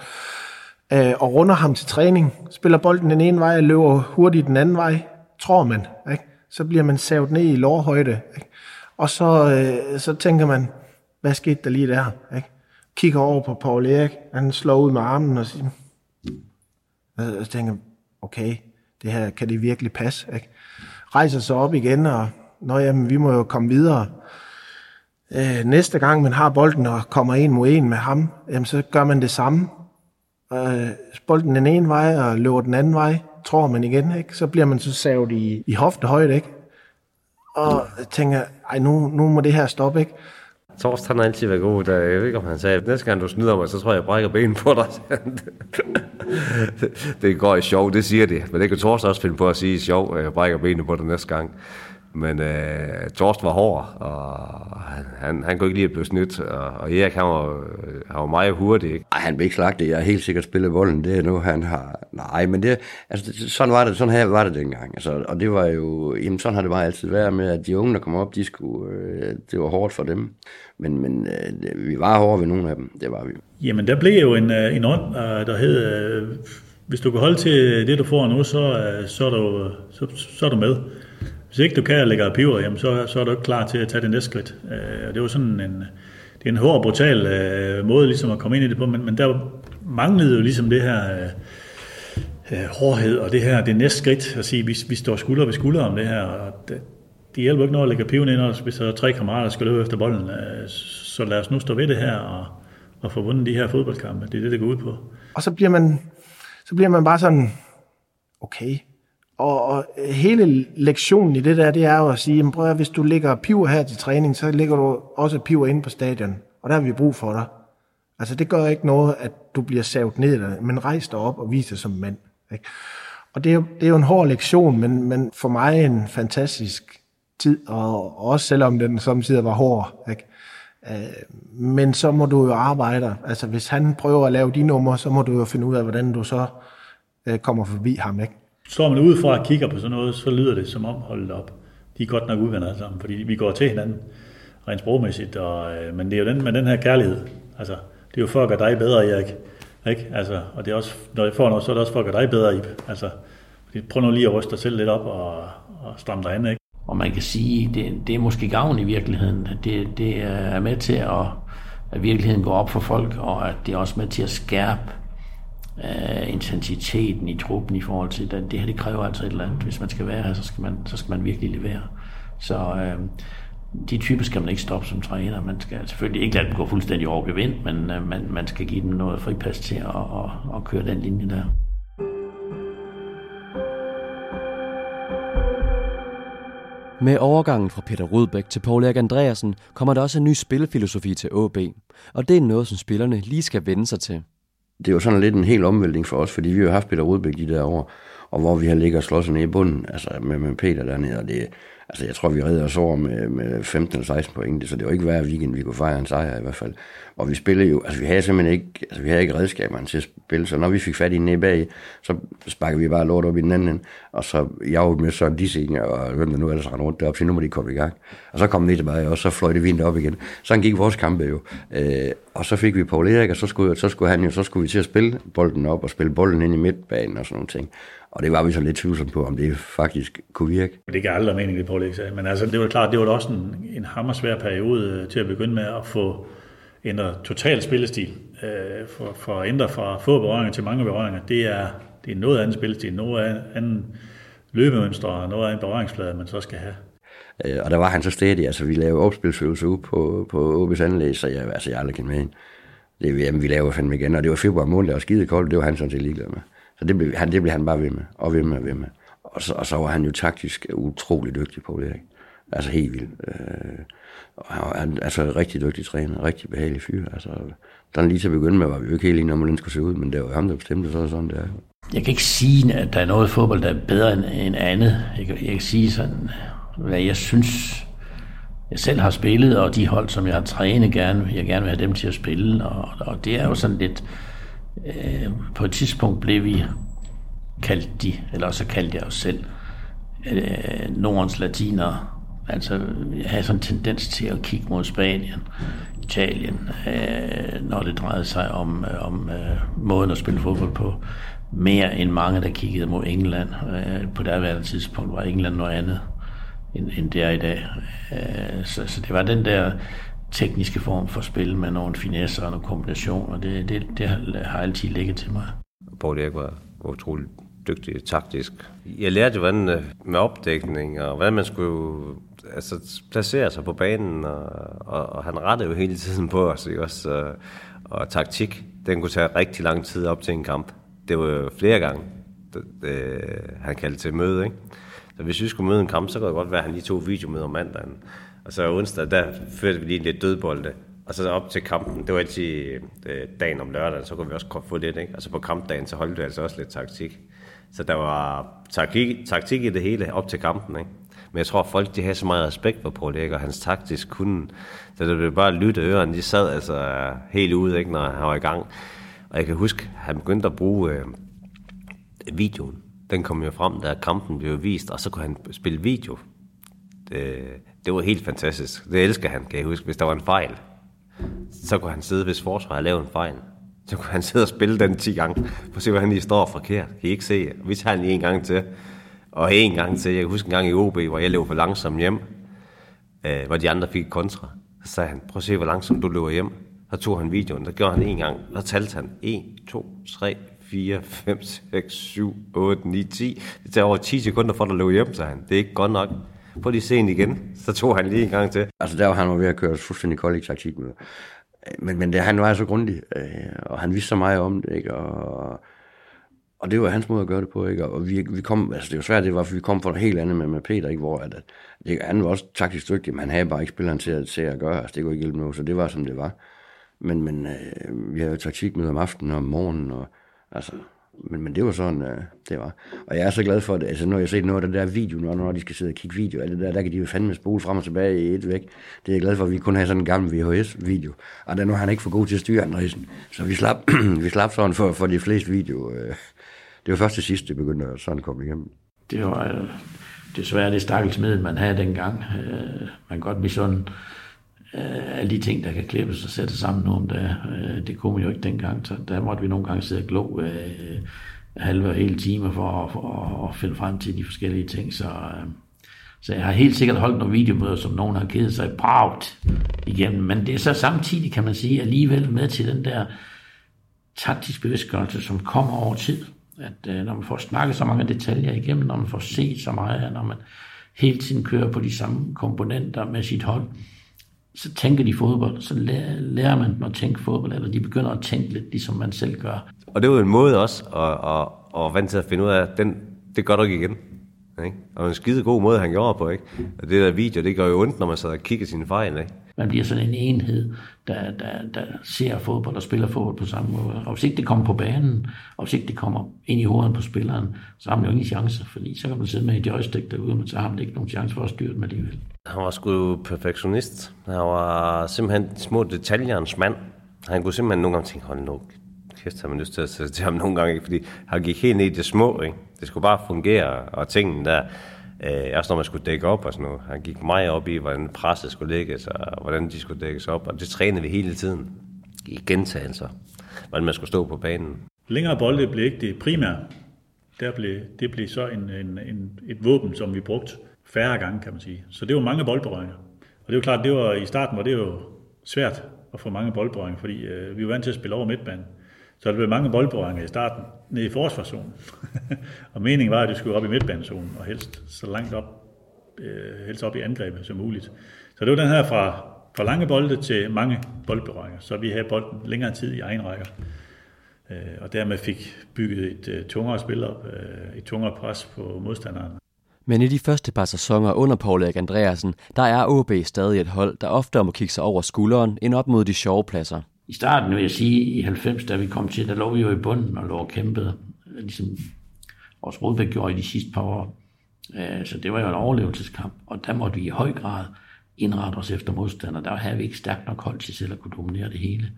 og runder ham til træning, spiller bolden den ene vej og løber hurtigt den anden vej, tror man, ikke? Så bliver man savet ned i lårhøjde, ikke? Og så tænker man, hvad skete der lige der? Ikke? Kigger over på Poul Erik, han slår ud med armen og siger, og så tænker okay, det her, kan det virkelig passe? Ikke? Rejser sig op igen, og jamen, vi må jo komme videre. Næste gang man har bolden og kommer 1 mod 1 med ham, jamen, så gør man det samme. Bolden den ene vej og løber den anden vej, tror man igen, ikke? Så bliver man så savet i hoftehøjde, ikke? Og tænker, nu må det her stoppe, ikke? Torst, han har altid været god. Jeg ved ikke, om han sagde, at næste gang du snyder mig, så tror jeg brækker benen på dig. Det går i sjov, det siger det. Men det kan Torst også finde på at sige i sjov, jeg brækker benene på dig næste gang. Men Torst var hård, og han kunne ikke lide at blive snydt. Og Erik, han var meget hurtig. Ikke? Ej, han blev ikke slagtet. Jeg har helt sikkert spillet bolden. Det er nu, han har... Nej, men det... Altså, sådan var det. Sådan her var det dengang. Altså, og det var jo... Jamen, sådan har det bare altid været med, at de unge, der kom op, de skulle... det var hårdt for dem. Men vi var hårde ved nogle af dem. Det var vi. Jamen, der blev jo en ånd, der hed... hvis du kan holde til det, du får nu, så er du med. Hvis ikke du kan lægge piver, jamen, så er du ikke klar til at tage det næste skridt. Og det var sådan en hård, brutal måde ligesom at komme ind i det på, men der manglede jo ligesom det her hårdhed, og det næste skridt, at sige, vi står skulder ved skulder om det her, og det hjælper ikke noget at lægge piven ind, hvis der er 3 kammerater, der skal løbe efter bolden, så lad os nu stå ved det her, og få vundet de her fodboldkampe. Det er det går ud på. Og så bliver man bare sådan, okay. Og hele lektionen i det der, det er jo at sige, prøv at hvis du lægger piver her til træning, så lægger du også piver inde på stadion, og der har vi brug for dig. Altså det gør ikke noget, at du bliver savet ned, men rejs dig op og vis dig som mand. Ikke? Og det er jo en hård lektion, men for mig en fantastisk tid, og også selvom den samtidig var hård. Ikke? Men så må du jo arbejde. Altså hvis han prøver at lave de numre, så må du jo finde ud af, hvordan du så kommer forbi ham. Ikke? Står man udefra og kigger på sådan noget, så lyder det som om, hold op, de er godt nok uvenner alle sammen, fordi vi går til hinanden rent sprogmæssigt, men det er jo den her kærlighed. Altså, det er jo for at gøre dig bedre, Erik. Ikke? Altså, og det er også, når jeg får noget, så er det også for at gøre dig bedre, Ib. Altså, prøv nu lige at ryste dig selv lidt op og stramme dig an, ikke? Og man kan sige, det er måske gavn i virkeligheden. Det er med til at virkeligheden går op for folk, og at det er også med til at skærpe intensiteten i truppen i forhold til, at det her det kræver altså et eller andet. Hvis man skal være her, så skal man virkelig levere. Så de typer skal man ikke stoppe som træner. Man skal selvfølgelig ikke lade dem gå fuldstændig over gevind, men man skal give dem noget fripas til at køre den linje der. Med overgangen fra Peter Rudbæk til Poul Erik Andreasen kommer der også en ny spillefilosofi til AaB, og det er noget, som spillerne lige skal vende sig til. Det er jo sådan lidt en helt omvæltning for os, fordi vi har haft Peter Rudbæk de der år, og hvor vi har ligget og slået ned i bunden, altså med Peter dernede, og det, altså jeg tror, vi redder os over med 15 eller 16 point, så det var ikke hver weekend, vi kunne fejre en sejr i hvert fald. Og vi spillede jo, altså vi havde simpelthen ikke, altså vi havde ikke redskaberne til at spille, så når vi fik fat i den ned bag, så sparkede vi bare lort op i den anden, og så jeg med Søren Dissing, og hvem der nu ellers rendte rundt deroppe, så nu må de komme i gang. Og så kom vi tilbage, og så fløjte vi op igen. Sådan gik vores kampe jo. Og så fik vi Poul Erik, og så skulle vi til at spille bolden op, og spille bolden ind i midtbanen og sådan nogle ting. Og det var vi så lidt tvivlsomme på, om det faktisk kunne virke. Det gav aldrig mening, det Poul Erik sagde. Men altså, det var klart, det var også en hammersvær periode til at begynde med at få ændret total spillestil. For at ændre fra få berøringer til mange berøringer, det er noget andet spillestil, noget andet løbemønstre og noget andet berøringsflade, man så skal have. Og der var han så stædig, altså vi lavede opspilsøvelser ude på AaB's anlæg, så jeg aldrig kendte med hende. Vi lavede fandme igen, og det var februar måned, der var skide koldt, det var han sådan set ligeglad med. Så det blev han bare ved med, og ved med. Og så var han jo taktisk utrolig dygtig på det, ikke? Altså helt vildt. Og han var altså rigtig dygtig træner, rigtig behagelig fyr. Altså, den lige til at begynde med, var vi jo ikke helt enige om, hvordan den skulle se ud, men det var ham, der bestemte, så sådan det er. Jeg kan ikke sige, at der er noget fodbold, der er bedre end andet. Jeg kan sige sådan, hvad jeg synes, jeg selv har spillet, og de hold, som jeg har trænet, jeg gerne vil have dem til at spille. Og det er jo sådan lidt, på et tidspunkt blev vi kaldt eller så kaldte jeg os selv, Nordens latinere. Altså, jeg havde sådan en tendens til at kigge mod Spanien, Italien, når det drejede sig om måden at spille fodbold på. Mere end mange, der kiggede mod England. På derværende tidspunkt var England noget andet. end det er i dag. Så det var den der tekniske form for spil med nogle finesser og nogle kombinationer. Det har altid ligget til mig. Poul Erik var utroligt dygtig taktisk. Jeg lærte, hvordan med opdækning, og hvordan man skulle placere sig på banen, og han rettede jo hele tiden på os, ikke også? Og taktik, den kunne tage rigtig lang tid op til en kamp. Det var jo flere gange, han kaldte til møde, ikke? Så hvis vi skulle møde en kamp, så kunne det godt være, at han lige tog videomøde om mandagen. Og så onsdag, der førte vi lige lidt dødbolde. Og så op til kampen, det var altid dagen om lørdagen, så kunne vi også få lidt, ikke? Altså på kampdagen, så holdt vi altså også lidt taktik. Så der var taktik i det hele op til kampen, ikke? Men jeg tror, at folk de havde så meget respekt for Poul Erik og hans taktisk kunde. Så det blev bare lytte ørerne, de sad altså helt ude, ikke, når han var i gang. Og jeg kan huske, at han begyndte at bruge videoen. Den kom jo frem, da kampen blev vist, og så kunne han spille video. Det var helt fantastisk. Det elsker han, kan jeg huske. Hvis der var en fejl, så kunne han sidde, hvis forsvaret lavede en fejl. Så kunne han sidde og spille den 10 gange, for at se, hvor han lige står forkert. Kan I ikke se? Vi tager den en gang til. Og en gang til. Jeg kan huske en gang i OB, hvor jeg løb for langsomt hjem, hvor de andre fik kontra. Så sagde han, prøv at se, hvor langsomt du løber hjem. Så tog han videoen, der gjorde han en gang. Så talte han 1, 2, 3, 4, 5, 6, 7, 8, 9, 10. Det tager over 10 sekunder for at løbe hjem, sagde han. Det er ikke godt nok. Prøv lige at se den igen. Så tog han lige en gang til. Altså der var han ved at køre fuldstændig kold taktik med. Men han var så grundig, og han vidste så meget om det, ikke? Og det var hans måde at gøre det på, ikke? Og vi kom, altså det var svært, det var, for vi kom fra noget helt andet med Peter, ikke? Hvor han var også taktisk dygtig, men han havde bare ikke spilleren til at gøre, altså det kunne ikke hjælpe noget, så det var som det var. Men vi havde jo taktik med om aftenen og om morgenen, og altså, men det var sådan, det var. Og jeg er så glad for det, altså når jeg ser noget af det der video, når de skal sidde og kigge video, alt det der kan de jo fandme spole frem og tilbage i et væk. Det er jeg glad for, at vi kun har sådan en gammel VHS-video. Og der nu er han ikke for god til at styre Andresen. Så vi slap sådan for de fleste video. Det var først til sidst, det begyndte at sådan komme igennem. Det var desværre det stakkelsmiddel, man havde dengang. Man kan godt blive sådan, alle de ting, der kan klippes og sættes sammen nogle dage, det kunne man jo ikke dengang. Så der måtte vi nogle gange sidde og glo halve og hele timer for at finde frem til de forskellige ting. Så jeg har helt sikkert holdt nogle videomøder, som nogen har kedet sig bragt igennem. Men det er så samtidig, kan man sige, alligevel med til den der taktisk bevidstgørelse, som kommer over tid. At når man får snakket så mange detaljer igennem, når man får set så meget, når man hele tiden kører på de samme komponenter med sit hold, så tænker de fodbold, så lærer man dem at tænke fodbold, eller de begynder at tænke lidt, ligesom man selv gør. Og det var en måde også at vente til at finde ud af, at det gør du ikke igen. Ikke? Og en skide god måde, han gjorde på, ikke? Og det der video, det gør jo ondt, når man så kigger sine fejl, ikke? Man bliver sådan en enhed, der ser fodbold og spiller fodbold på samme måde. Og hvis ikke det kommer på banen, og hvis ikke det kommer ind i hovedet på spilleren, så har man jo ingen chance, fordi så kan man sidde med et joystick derude, men så har man ikke nogen chance for at styre det med alligevel. Han var sgu perfektionist. Han var simpelthen små detaljerens mand. Han kunne simpelthen nogle gange tænke, hold nu, kæft, har man lyst til at sætte til ham nogle gange, ikke? Fordi han gik helt ned i det små, ikke? Det skulle bare fungere, og tingene der, også når man skulle dække op og sådan noget. Han gik meget op i, hvordan presset skulle lægges, og hvordan de skulle dækkes op, og det trænede vi hele tiden i gentagelser, hvordan man skulle stå på banen. Længere bolde blev ikke det primære. Det blev så et våben, som vi brugte færre gange, kan man sige. Så det var mange boldberøringer. Og det er jo klart, i starten var det jo svært at få mange boldberøringer, fordi vi var vant til at spille over midtbanen. Så der blev mange boldberøringer i starten, nede i forsvarszonen. Og meningen var, at det skulle op i midtbanezonen, og helst så langt op i angrebet som muligt. Så det var den her fra lange bolde til mange boldberøringer, så vi havde bolden længere tid i egen rækker. Og dermed fik bygget et tungere spil op, et tungere pres på modstanderen. Men i de første par sæsoner under Poul Erik Andreasen, der er OB stadig et hold, der oftere må kigge sig over skulderen end op mod de sjove pladser. I starten vil jeg sige, i 90, da vi kom til, der lå vi jo i bunden og lå og kæmpede, ligesom vores Rodbæk gjorde i de sidste par år. Så det var jo en overlevelseskamp, og der måtte vi i høj grad indrette os efter modstander. Der havde vi ikke stærkt nok hold til selv at kunne dominere det hele.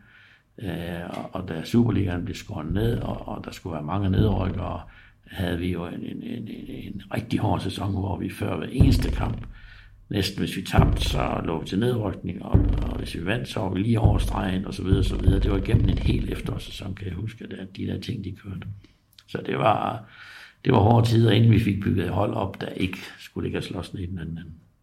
Og da Superligaen blev skåret ned, og der skulle være mange nedrykkere, havde vi jo en rigtig hård sæson, hvor vi før hver eneste kamp, næsten hvis vi tabte, så lå vi til nedrykning, og hvis vi vandt, så var vi lige over stregen, og så videre, så videre. Det var gennem en hel efterårssæson, kan jeg huske, at de der ting, de kørte. Så det var hårde tider, inden vi fik bygget et hold op, der ikke skulle ligge og slås ned i den anden.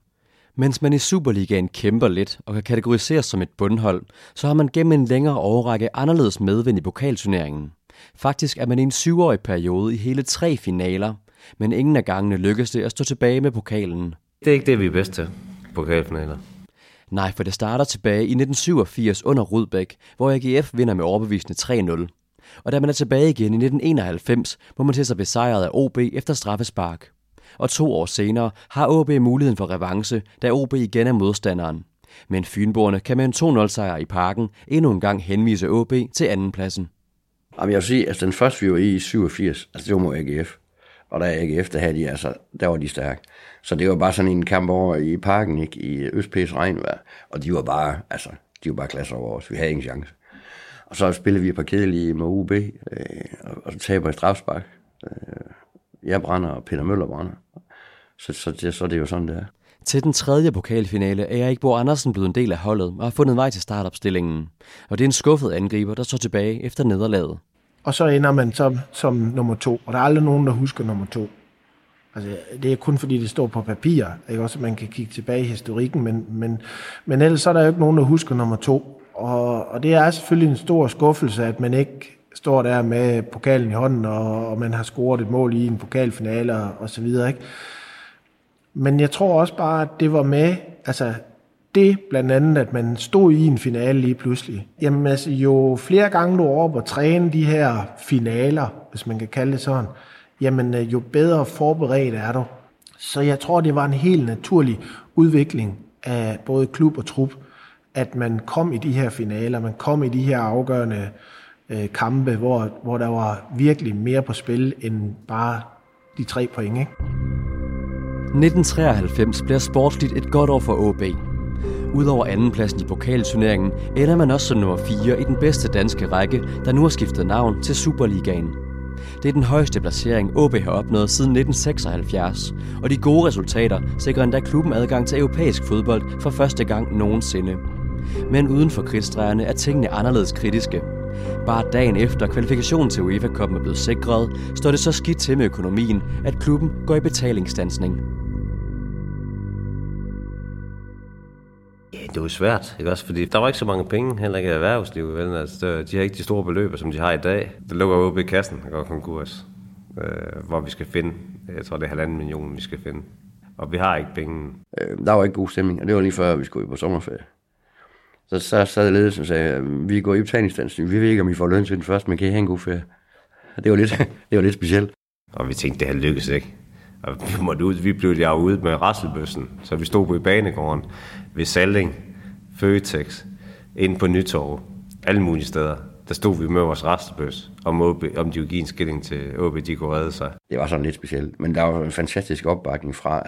Mens man i Superligaen kæmper lidt og kan kategoriseres som et bundhold, så har man gennem en længere årrække anderledes medvind i pokalturneringen. Faktisk er man i en 7-årig periode i hele 3 finaler, men ingen af gangene lykkes det at stå tilbage med pokalen. Det er ikke det, vi er bedst til, pokalfinaler. Nej, for det starter tilbage i 1987 under Rudbæk, hvor AGF vinder med overbevisende 3-0. Og da man er tilbage igen i 1991, må man til sig besejret af OB efter straffespark. Og 2 år senere har OB muligheden for revanche, da OB igen er modstanderen. Men fynboerne kan med en 2-0-sejr i Parken endnu en gang henvise OB til andenpladsen. Jeg vil sige, at den første vi var i 87, altså det var mod AGF. Og der AGF, der var de stærke. Så det var bare sådan en kamp over i Parken, ikke? I Østpæs regnvejr. Og de var bare klasser over os. Vi havde ingen chance. Og så spillede vi et par kedelige med UB, og så taber i strafspark. Jeg brænder, og Peter Møller brænder. Så det er jo sådan, det er. Til den 3. pokalfinale er Erik Bo Andersen blevet en del af holdet og har fundet vej til startopstillingen. Og det er en skuffet angriber, der står tilbage efter nederlaget. Og så ender man som nummer 2, og der er aldrig nogen, der husker nummer 2. Altså, det er kun fordi, det står på papir, ikke? Også man kan kigge tilbage i historikken, men ellers så er der jo ikke nogen, der husker nummer 2. Og det er selvfølgelig en stor skuffelse, at man ikke står der med pokalen i hånden, og man har scoret et mål i en pokalfinale og så videre, ikke? Men jeg tror også bare, at det var med, altså det blandt andet, at man stod i en finale lige pludselig. Jamen altså, jo flere gange du er oppe og træne de her finaler, hvis man kan kalde det sådan, jamen jo bedre forberedt er du. Så jeg tror, det var en helt naturlig udvikling af både klub og trup, at man kom i de her finaler, man kom i de her afgørende kampe, hvor der var virkelig mere på spil end bare de 3 point, ikke? 1993 bliver sportsligt et godt år for OB. Udover andenpladsen i pokalturneringen ender man også som nummer 4 i den bedste danske række, der nu har skiftet navn til Superligaen. Det er den højeste placering, OB har opnået siden 1976, og de gode resultater sikrer endda klubben adgang til europæisk fodbold for første gang nogensinde. Men uden for krigsstregerne er tingene anderledes kritiske. Bare dagen efter kvalifikationen til UEFA Cup er blevet sikret, står det så skidt til med økonomien, at klubben går i betalingsstandsning. Ja, det var svært, ikke også? Fordi der var ikke så mange penge, heller ikke i erhvervslivet. Vel? Altså, de har ikke de store beløb, som de har i dag. Der lukker OB kassen og går konkurs, hvor vi skal finde, jeg tror det er 1,5 million, vi skal finde. Og vi har ikke penge. Der var ikke god stemning, og det var lige før, vi skulle på sommerferie. Så sad ledelsen og sagde, vi går i betalingsstandsning. Vi ved ikke, om I får løn til den først, men kan I have en god ferie? Det var lidt specielt. Og vi tænkte, det her lykkes ikke. Og vi blev lige ude med rasselbøssen, så vi stod på i banegården ved Salling, Føtex, inde på Nytorv, alle mulige steder. Der stod vi med vores rasselbøs, om de ville give en skilling til OB, de kunne redde sig. Det var sådan lidt specielt, men der var en fantastisk opbakning fra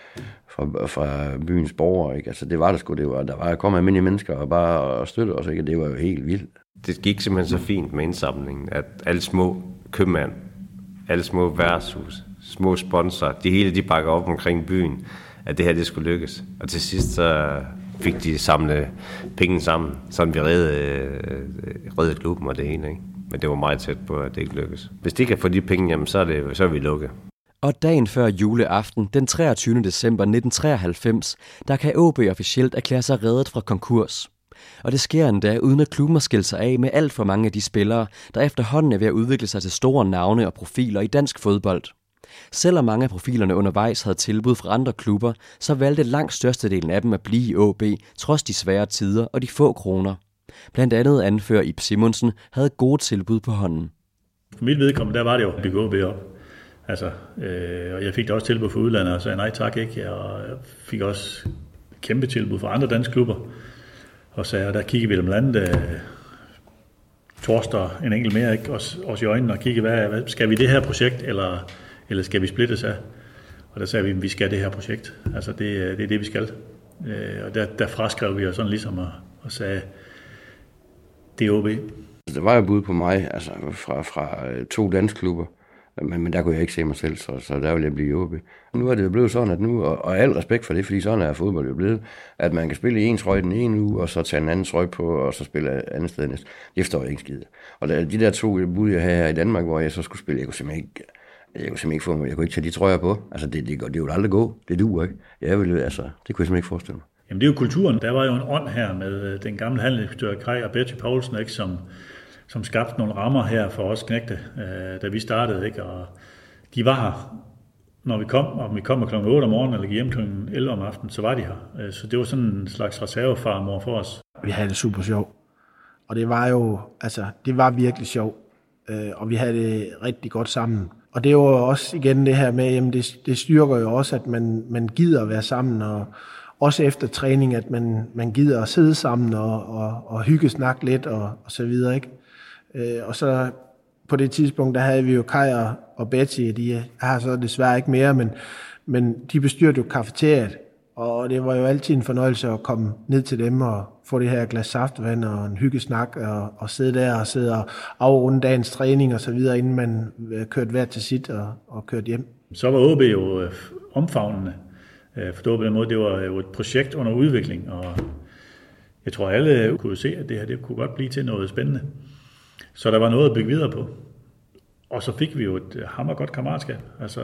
byens borgere, ikke? Altså det var der sgu, der kom almindelige mennesker og bare støtte os, ikke? Det var jo helt vildt. Det gik simpelthen så fint med indsamlingen, at alle små købmænd, alle små værtshus, små sponsorer, de bakker op omkring byen, at det her det skulle lykkes. Og til sidst så fik de samlet penge sammen, så vi reddede klubben og det ene, ikke? Men det var meget tæt på, at det ikke lykkes. Hvis de kan få de penge, jamen, så er vi lukket. Og dagen før juleaften, den 23. december 1993, der kan OB officielt erklære sig reddet fra konkurs. Og det sker endda, uden at klubben har skilt sig af med alt for mange af de spillere, der efterhånden er ved at udvikle sig til store navne og profiler i dansk fodbold. Selvom mange af profilerne undervejs havde tilbud fra andre klubber, så valgte langt størstedelen af dem at blive i OB, trods de svære tider og de få kroner. Blandt andet anfører Ib Simonsen havde gode tilbud på hånden. For mit vedkommende, der var det jo at bygge OB op. Altså, og jeg fik da også tilbud fra udlandet, og sagde nej tak ikke. Og jeg fik også kæmpe tilbud fra andre danske klubber. Og så der kiggede vi dem landet Torster en enkelt mere, ikke? Også i øjnene og kigge, hvad skal vi det her projekt, eller skal vi splittes af? Og der sagde vi, at vi skal det her projekt. Altså det er det, vi skal. Og der fraskrev vi jo sådan ligesom og sagde, det er OB. Der var jo bud på mig, altså fra 2 danske klubber, men der kunne jeg ikke se mig selv, så der ville jeg blive i OB. Nu er det jo blevet sådan, at nu, og al respekt for det, fordi sådan er fodbold jo blevet, at man kan spille i en trøje den ene uge, og så tage en anden trøje på, og så spille andet sted næste. Det forstår jeg ikke skide. Og de der 2 bud, jeg havde her i Danmark, hvor jeg så skulle spille, jeg kunne simpelthen ikke, Jeg kunne simpelthen ikke tage de trøjer på. Altså, det jo aldrig gå. Det duer ikke. Det kunne jeg simpelthen ikke forestille mig. Jamen, det er jo kulturen. Der var jo en ånd her med den gamle handelsdirektør Kaj og Betty Poulsen, ikke, som skabte nogle rammer her for os knægte, da vi startede. Ikke? Og de var her, når vi kom, og vi kom kl. 8 om morgenen, eller gik hjem kl. 11 om aftenen, så var de her. Så det var sådan en slags reservefarmor for os. Vi havde det super sjovt. Og det var jo, det var virkelig sjovt. Og vi havde det rigtig godt sammen. Og det er jo også igen det her med, jamen det styrker jo også, at man gider at være sammen, og også efter træning, at man gider at sidde sammen og hygge, snakke lidt og så videre, ikke? Og så på det tidspunkt, der havde vi jo Kaj og Betty, de har så desværre ikke mere, men de bestyrte jo cafeteriet, og det var jo altid en fornøjelse at komme ned til dem og få det her glas saftvand og en hyggesnak og sidde der og sidde og afrunde dagens træning og så videre, inden man kørte hver til sit og kørte hjem. Så var OB jo omfavnende. Forstået på den måde, det var jo et projekt under udvikling, og jeg tror alle kunne se, at det her det kunne godt blive til noget spændende. Så der var noget at bygge videre på. Og så fik vi jo et hammergodt kammeratskab,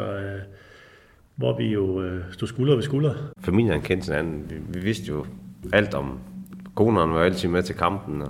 hvor vi jo stod skulder ved skulder. Familien kendte hinanden. Vi vidste jo alt om konerne, var altid med til kampen,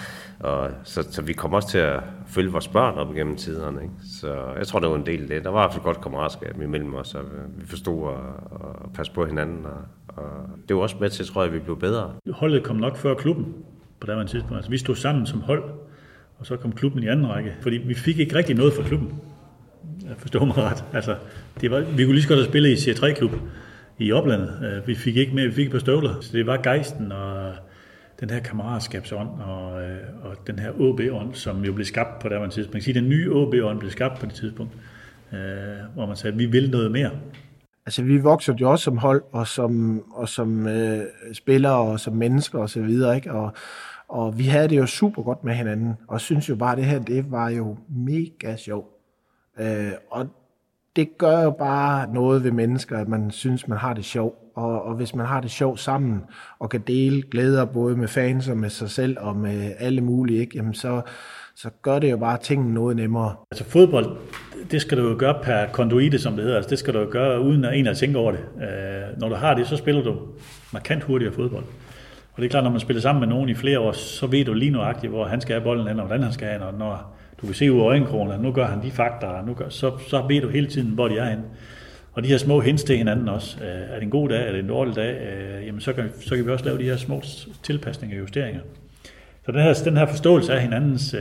så vi kom også til at følge vores børn op igennem tiderne. Ikke? Så jeg tror, det var en del af det. Der var i hvert fald godt kammeratskab imellem os, og vi forstod at passe på hinanden. Og det var også med til, tror jeg, at vi blev bedre. Holdet kom nok før klubben på det tidspunkt. Altså, vi stod sammen som hold, og så kom klubben i anden række. Fordi vi fik ikke rigtig noget fra klubben. Jeg forstår mig ret. Altså, vi kunne lige så godt have spillet i C3-klub i oplandet. Vi fik ikke mere, vi fik et par støvler. Så det var gejsten og den her kammeratskabsånd og den her OB-ånd, som jo blev skabt på det tidspunkt. Man kan sige, at den nye OB-ånd blev skabt på det tidspunkt, hvor man sagde, at vi vil noget mere. Altså, vi voksede jo også som hold, og som spillere, og som mennesker, og så videre, ikke? Og vi havde det jo super godt med hinanden, og synes jo bare, det her, det var jo mega sjovt. Og det gør jo bare noget ved mennesker, at man synes, man har det sjovt. Og hvis man har det sjovt sammen, og kan dele glæder både med fans og med sig selv, og med alle mulige, ikke? Jamen så gør det jo bare tingene noget nemmere. Altså fodbold, det skal du jo gøre per konduite, som det hedder. Altså det skal du jo gøre, uden at en at tænke over det. Når du har det, så spiller du markant hurtigere fodbold. Og det er klart, når man spiller sammen med nogen i flere år, så ved du lige nøjagtigt, hvor han skal have bolden hen, og hvordan han skal have, og når du kan se ud af øjenkrogen, nu gør han de faktorer, så ved du hele tiden, hvor de er henne. Og de her små hints til hinanden også. Er det en god dag, er det en dårlig dag, jamen så kan vi også lave de her små tilpasninger og justeringer. Så den her forståelse af hinandens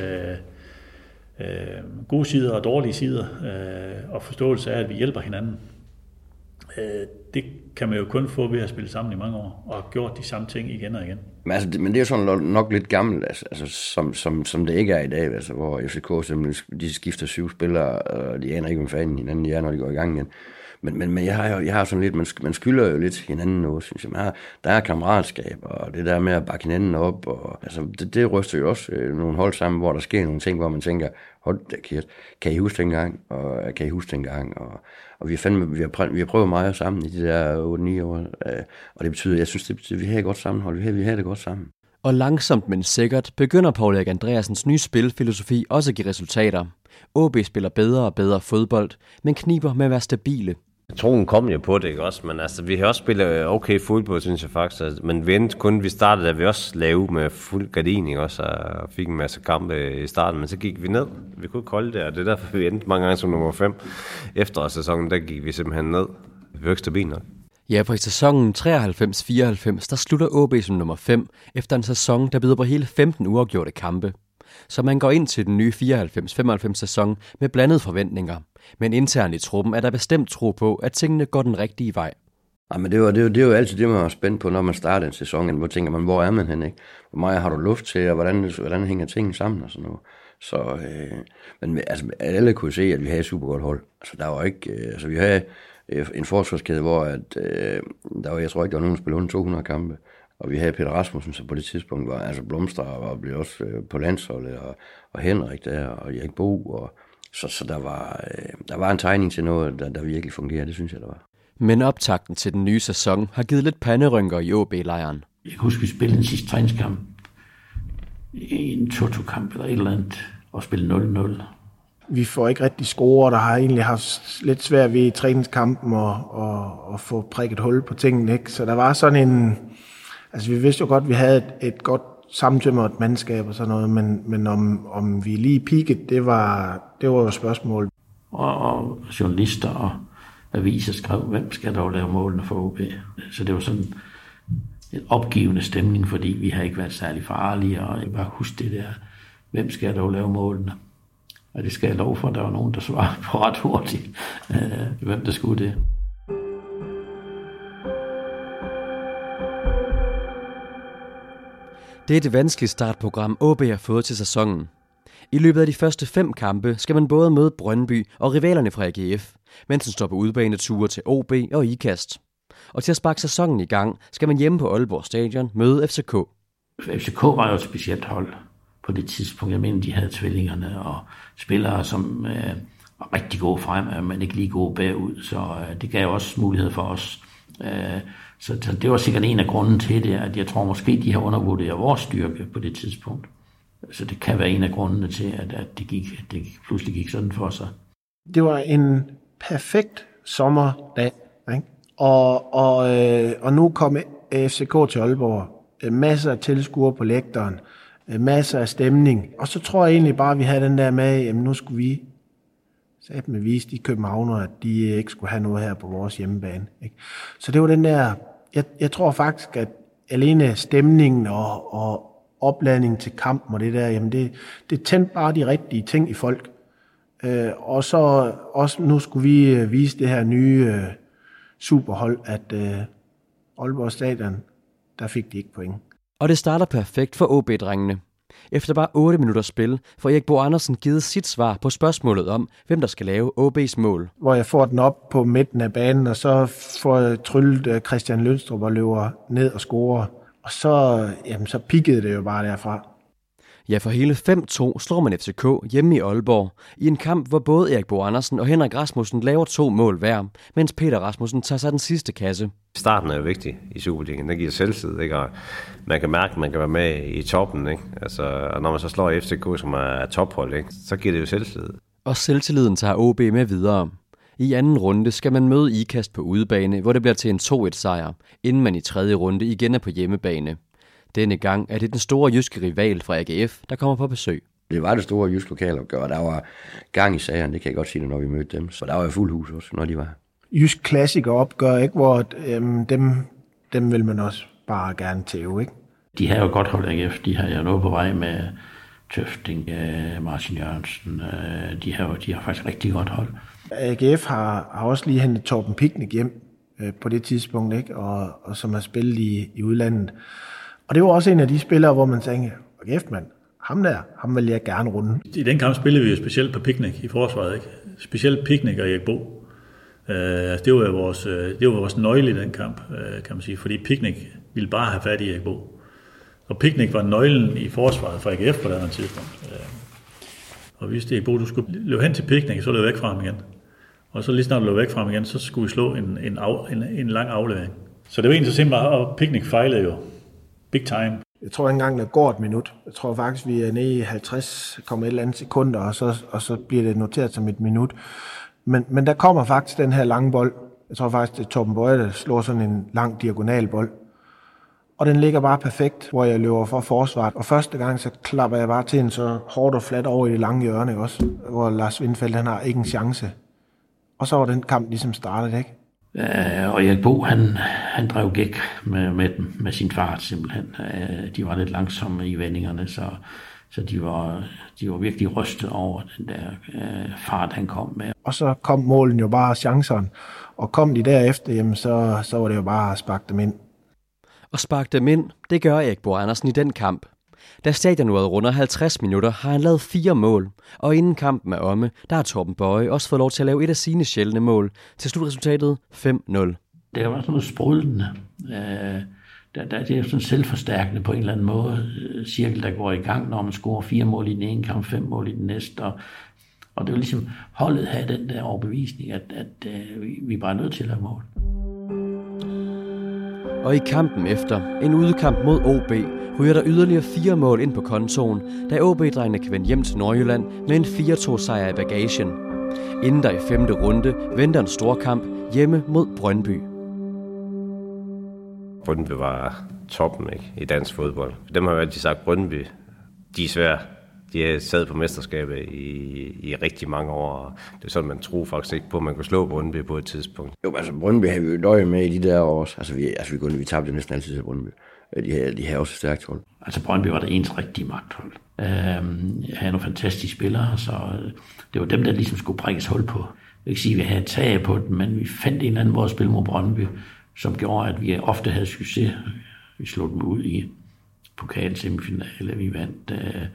gode sider og dårlige sider, og forståelse af, at vi hjælper hinanden, det kan man jo kun få ved at spille sammen i mange år, og have gjort de samme ting igen og igen. Men det er jo sådan nok lidt gammelt, som det ikke er i dag, altså, hvor FCK simpelthen de skifter 7 spillere, og de aner ikke, hvem fanden hinanden er, når de går i gang igen. Men jeg har sådan lidt, man skylder jo lidt hinanden noget, synes jeg. Der er kammeratskab, og det der med at bakke hinanden op, og altså, det ryster jo også nogle hold sammen, hvor der sker nogle ting, hvor man tænker, hold da kæft, kan I huske dengang, og vi har prøvet meget sammen i de der 8-9 år, og det betyder, jeg synes, det betyder, at vi har et godt sammenhold, vi har det godt sammen. Og langsomt, men sikkert, begynder Poul Erik Andreasens nye spilfilosofi også at give resultater. OB spiller bedre og bedre fodbold, men kniber med at være stabile. Troen kom jo på det, ikke også? Men altså, vi har også spillet okay fodbold, synes jeg faktisk. Men vi startede, da vi også lavede med fuld gardin, ikke også? Og fik en masse kampe i starten, men så gik vi ned. Vi kunne ikke holde det, og det er derfor, vi endte mange gange som nummer 5. Efter sæsonen, der gik vi simpelthen ned. Vi var ikke stabile nok. Ja, på i sæsonen 93-94, der slutter OB som nummer 5, efter en sæson, der byder på hele 15 uafgjorte kampe. Så man går ind til den nye 94-95 sæson med blandede forventninger. Men internt i truppen er der bestemt tro på, at tingene går den rigtige vej. Ja, men det er jo altid det, man er spændt på, når man starter en sæson. Hvor tænker man, hvor er man henne, ikke? Hvor meget har du luft til, og hvordan hænger tingene sammen og sådan noget. Så, men altså, alle kunne se, at vi havde et super godt hold. Altså, der var ikke, altså, vi havde en forsvarskæde, hvor jeg tror ikke, der var nogen, der spillede under 200 kampe. Og vi havde Peter Rasmussen, så på det tidspunkt var altså Blomster og blev også på landsholdet, og Henrik der, og Erik Bo, og så der var en tegning til noget, der virkelig fungerer, det synes jeg, der var. Men optakten til den nye sæson har givet lidt panderynker i OB-lejren. Jeg kan huske, vi spillede den sidste træningskamp i en Toto-kamp eller et eller andet, og spille 0-0. Vi får ikke rigtig score, der har egentlig haft lidt svært ved i træningskampen og få prikket hul på tingene. Ikke? Så der var sådan en... Altså vi vidste jo godt, at vi havde et godt sammentømret mandskab og sådan noget, men om vi lige peakede, det var jo spørgsmål. Og journalister og aviser skrev, hvem skal dog lave målene for OB? Så det var sådan en opgivende stemning, fordi vi har ikke været særlig farlige, og jeg bare huske det der, hvem skal dog lave målene? Og det skal jeg love for, at der var nogen, der svarede på ret hurtigt, hvem der skulle det. Det er det vanskelige startprogram, OB har fået til sæsonen. I løbet af de første 5 kampe skal man både møde Brøndby og rivalerne fra AGF, mens man står på udebaneture til OB og IKAST. Og til at sparke sæsonen i gang, skal man hjemme på Aalborg Stadion møde FCK. FCK var jo et specielt hold på det tidspunkt. Jeg mener, de havde tvillingerne og spillere, som var rigtig gode frem, men ikke lige gode bagud. Så det gav også mulighed for os. Så det var sikkert en af grunden til det, at jeg tror måske, de har undervurderet vores styrke på det tidspunkt. Så det kan være en af grundene til, at det pludselig gik sådan for sig. Det var en perfekt sommerdag, ikke? Og nu kom FCK til Aalborg. Masser af tilskuere på lægteren. Masser af stemning. Og så tror jeg egentlig bare, at vi havde den der med, jamen nu skulle vi med vise de københavnere, at de ikke skulle have noget her på vores hjemmebane. Ikke? Så det var den der, jeg tror faktisk, at alene stemningen og opladningen til kampen og det der, jamen det tændte bare de rigtige ting i folk. Og så også nu skulle vi vise det her nye superhold, at Aalborg Stadion, der fik de ikke point. Og det starter perfekt for OB-drengene. Efter bare 8 minutters spil får Erik Bo Andersen givet sit svar på spørgsmålet om, hvem der skal lave OB's mål. Hvor jeg får den op på midten af banen, og så får jeg tryllet Christian Lønstrup og løber ned og scorer. Og så pikkede det jo bare derfra. Ja, for hele 5-2 slår man FCK hjemme i Aalborg, i en kamp, hvor både Erik Bo Andersen og Henrik Rasmussen laver 2 mål hver, mens Peter Rasmussen tager sig den sidste kasse. Starten er jo vigtig i Superligaen. Den giver selvtillid, ikke? Og man kan mærke, at man kan være med i toppen, ikke? Altså, og når man så slår FCK, som er tophold, ikke? Så giver det jo selvtillid. Og selvtilliden tager OB med videre. I anden runde skal man møde IKAST på udebane, hvor det bliver til en 2-1-sejr, inden man i tredje runde igen er på hjemmebane. Denne gang er det den store jyske rival fra AGF, der kommer på besøg. Det var det store jyske lokalopgør, der var gang i sagerne, det kan jeg godt sige, når vi mødte dem. Så der var jo fuld hus også, når de var. Jysk klassikeropgør, ikke? Hvor dem vil man også bare gerne tæve, ikke? De har jo godt holdt AGF, de har jo noget på vej med Tøfting, Martin Jørgensen, de har faktisk rigtig godt hold. AGF har også lige hentet Torben Picnic hjem på det tidspunkt, ikke? Og som har spillet i udlandet. Og det var også en af de spillere, hvor man tænkte, AGF mand, ham vil jeg gerne runde. I den kamp spillede vi jo specielt på Picnic i forsvaret, ikke? Specielt Picnic og Erik Bo. Det var vores nøgle i den kamp, kan man sige, fordi Picnic ville bare have fat i Erik Bo. Og Picnic var nøglen i forsvaret for AGF på det andet tidspunkt. Og hvis det Erik Bo, du skulle løbe hen til Picnic, så løb væk fra ham igen. Og så lige snart du løb væk fra ham igen, så skulle vi slå en lang aflevering. Så det var egentlig så simpelthen, og Picnic fejlede jo. Big time. Jeg tror ikke engang, der går et minut. Jeg tror faktisk, vi er nede i 50,1 sekunder, og så bliver det noteret som et minut. Men der kommer faktisk den her lange bold. Jeg tror faktisk, det er Torben Bøje, der slår sådan en lang diagonal bold. Og den ligger bare perfekt, hvor jeg løber fra forsvaret. Og første gang, så klapper jeg bare til en så hårdt og fladt over i det lange hjørne, også, hvor Lars Windfeldt, han har ikke en chance. Og så var den kamp ligesom startet, ikke? Og Erik Bo, han drev gæk med sin fart simpelthen. De var lidt langsomme i vendingerne, så de var virkelig rystet over den der fart, han kom med. Og så kom målen jo bare chancerne, og kom de derefter, jamen så var det jo bare at sparke dem ind. Og sparke dem ind, det gør Erik Bo Andersen i den kamp. Da stadionuret runder 50 minutter, har han lavet 4 mål, og inden kampen er omme, der har Torben Bøje også fået lov til at lave et af sine sjældne mål. Til slutresultatet 5-0. Det var sådan noget sprudlende. Det er sådan selvforstærkende på en eller anden måde. Cirkel, der går i gang, når man scorer 4 mål i den ene kamp, 5 mål i den næste. Og det var ligesom, holdet havde den der overbevisning, at vi bare er nødt til at lave mål. Og i kampen efter, en udekamp mod OB, ryger der yderligere 4 mål ind på kontoen, da OB-drengene kan vende hjem til Nordjylland med en 4-2-sejr i bagagen. Inden der i 5. runde venter en stor kamp hjemme mod Brøndby. Brøndby var toppen, ikke, i dansk fodbold. Dem har jo altid sagt, Brøndby, de er svære. De har sad på mesterskabet i rigtig mange år, og det er sådan, man tror faktisk ikke på, at man kunne slå Brøndby på et tidspunkt. Jo, altså Brøndby har vi jo døje med i de der år. Altså vi tabte næsten altid til Brøndby. De har også et stærkt hold. Altså Brøndby var det ens rigtige magthold. Jeg havde nogle fantastiske spillere, så det var dem, der ligesom skulle bringes hul på. Jeg vil ikke sige, at vi havde taget på den, men vi fandt en eller anden måde at spille mod Brøndby, som gjorde, at vi ofte havde succes. Vi slog dem ud i pokalsemifinale, vi vandt